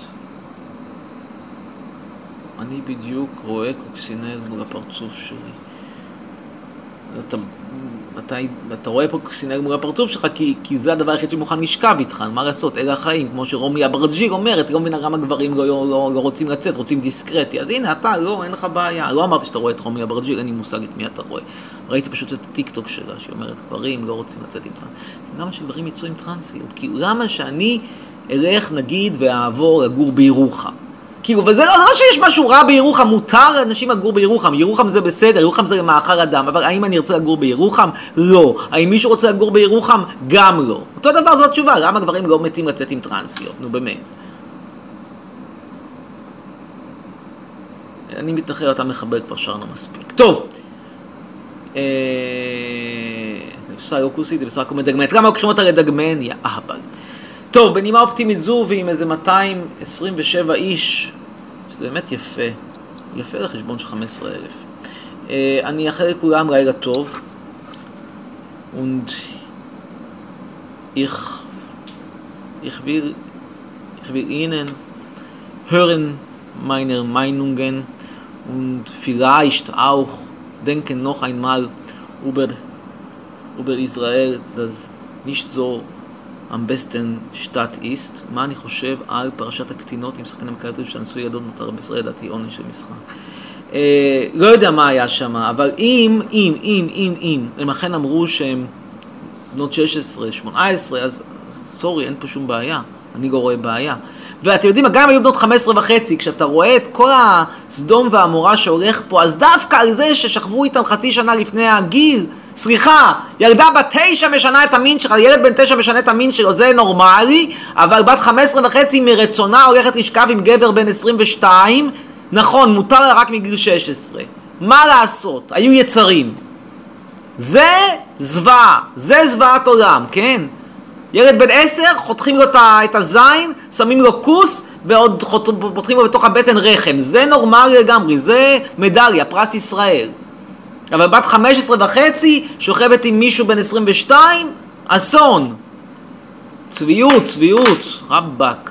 אני בדיוק רואה קוקסינל מול הפרצוף שלי. אתה, אתה, אתה רואה פה קוקסינל מול הפרצוף שלך כי, כי זה הדבר היחיד שמוכן לשכב איתך, מה לעשות? אלה החיים, כמו שרומי אברג'יל אומרת, לא מבינה למה גברים לא, לא, לא, לא רוצים לצאת, רוצים דיסקרטי. אז הנה, אתה, לא, אין לך בעיה. לא אמרתי שאתה רואה את רומי אברג'יל, אין לי מושג את מי אתה רואה. ראיתי פשוט את הטיקטוק שלה, שהיא אומרת, גברים לא רוצים לצאת עם טרנס. למה שגברים יצאו עם טרנסיות? כי למה שאני אלך, נגיד, ואעבור לגור בירוחם? כאילו, וזה לא, לא שיש משהו רע בירוחם, מותר לאנשים לגור בירוחם, ירוחם זה בסדר, ירוחם זה למאכל אדם, אבל האם אני ארצה לגור בירוחם? לא. האם מישהו רוצה לגור בירוחם? גם לא. אותו דבר זאת תשובה, למה גברים לא מתים לצאת עם טרנסיות? נו באמת. אני מתנחל, אתה מחבר, כבר שרנו מספיק. טוב. נפסה לא כוסית, זה בסך הכל מדגמנת. למה כשמות אותה לדגמן? יא אהבל. טוב, בנימה אופטימית זו ועם איזה מאתיים עשרים ושבע איש, שזה באמת יפה, יפה לחשבון של חמישה עשר אלף. אני אאחל לכולם לילה טוב, und ich, ich will, ich will Ihnen hören meine Meinungen und vielleicht auch denken noch einmal über, über Israel, das nicht so am besten Stadt ist. מה אני חושב על פרשת הקטינות עם שחקנים הקלטים שעשו ילדות נותר בישראל, דעתי עונש של משחק. אה, לא יודע מה היה שם, אבל אם, אם, אם, אם, אם, הם אכן אמרו שהם בנות שש עשרה, שמונה עשרה, אז סורי, אין פה שום בעיה. אני לא רואה בעיה. ואתם יודעים, גם היו בנות חמש עשרה וחצי, כשאתה רואה את כל הסדום והמורה שהולך פה, אז דווקא על זה ששכבו איתם חצי שנה לפני הגיל, סליחה, ילדה בת תשע משנה את המין שלך, ילד בן תשע משנה את המין שלו, זה נורמלי, אבל בת חמש עשרה וחצי מרצונה הולכת לשכב עם גבר בן עשרים ושתיים, נכון, מותר לה רק מגיל שש עשרה. מה לעשות? היו יצרים. זה זוועה, זה זוועת עולם, כן? ילד בן עשר, חותכים לו את הזין, שמים לו כוס, ועוד פותחים לו בתוך הבטן רחם. זה נורמלי לגמרי, זה מדליה, פרס ישראל. אבל בת חמש עשרה וחצי, שוכבת עם מישהו בן עשרים ושתיים, אסון. צביעות, צביעות, רבק.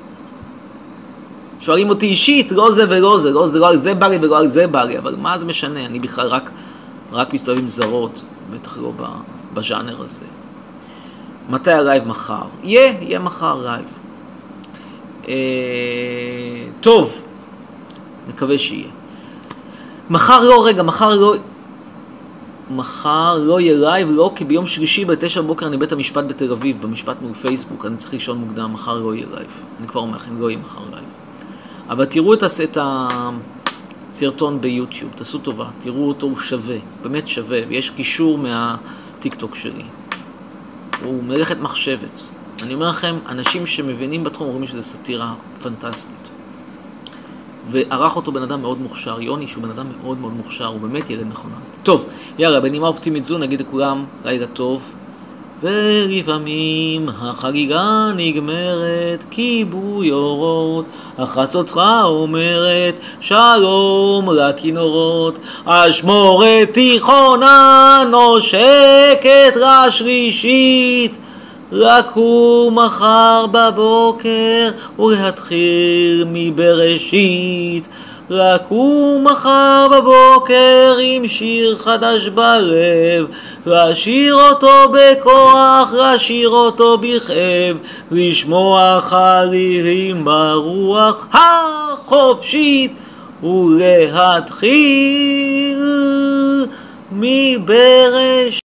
שואלים אותי אישית, לא זה ולא זה, לא זה, לא על זה בא לי ולא על זה בא לי, אבל מה זה משנה? אני בכלל רק, רק מסתובב עם זרות, בטח לא בז'אנר הזה. מתי הלייב? מחר? יהיה, יהיה מחר לייב. אה, טוב, נקווה שיהיה. מחר לא, רגע, מחר לא, מחר לא יהיה לייב, לא, כי ביום שלישי בתשע בבוקר אני בית המשפט בתל אביב, במשפט מול פייסבוק, אני צריך לישון מוקדם, מחר לא יהיה לייב. אני כבר אומר לכם, לא יהיה מחר לייב. אבל תראו את הסרטון ביוטיוב, תעשו טובה, תראו אותו, הוא שווה, באמת שווה, ויש קישור מהטיקטוק שלי. הוא מלאכת מחשבת. אני אומר לכם, אנשים שמבינים בתחום אומרים שזה סטירה פנטסטית. וערך אותו בן אדם מאוד מוכשר, יוני שהוא בן אדם מאוד מאוד מוכשר, הוא באמת ילד מכונן. טוב, יאללה, בנימה אופטימית זו נגיד לכולם, לילה טוב. ולפעמים החגיגה נגמרת, כיבוי אורות, החצוצרה אומרת שלום לכינורות, אשמורת תיכונה נושקת לשלישית, לקום מחר בבוקר ולהתחיל מבראשית, לקום מחר בבוקר עם שיר חדש בלב, לשיר אותו בכוח, לשיר אותו בכאב, לשמוע חלילים ברוח החופשית ולהתחיל מבראשית.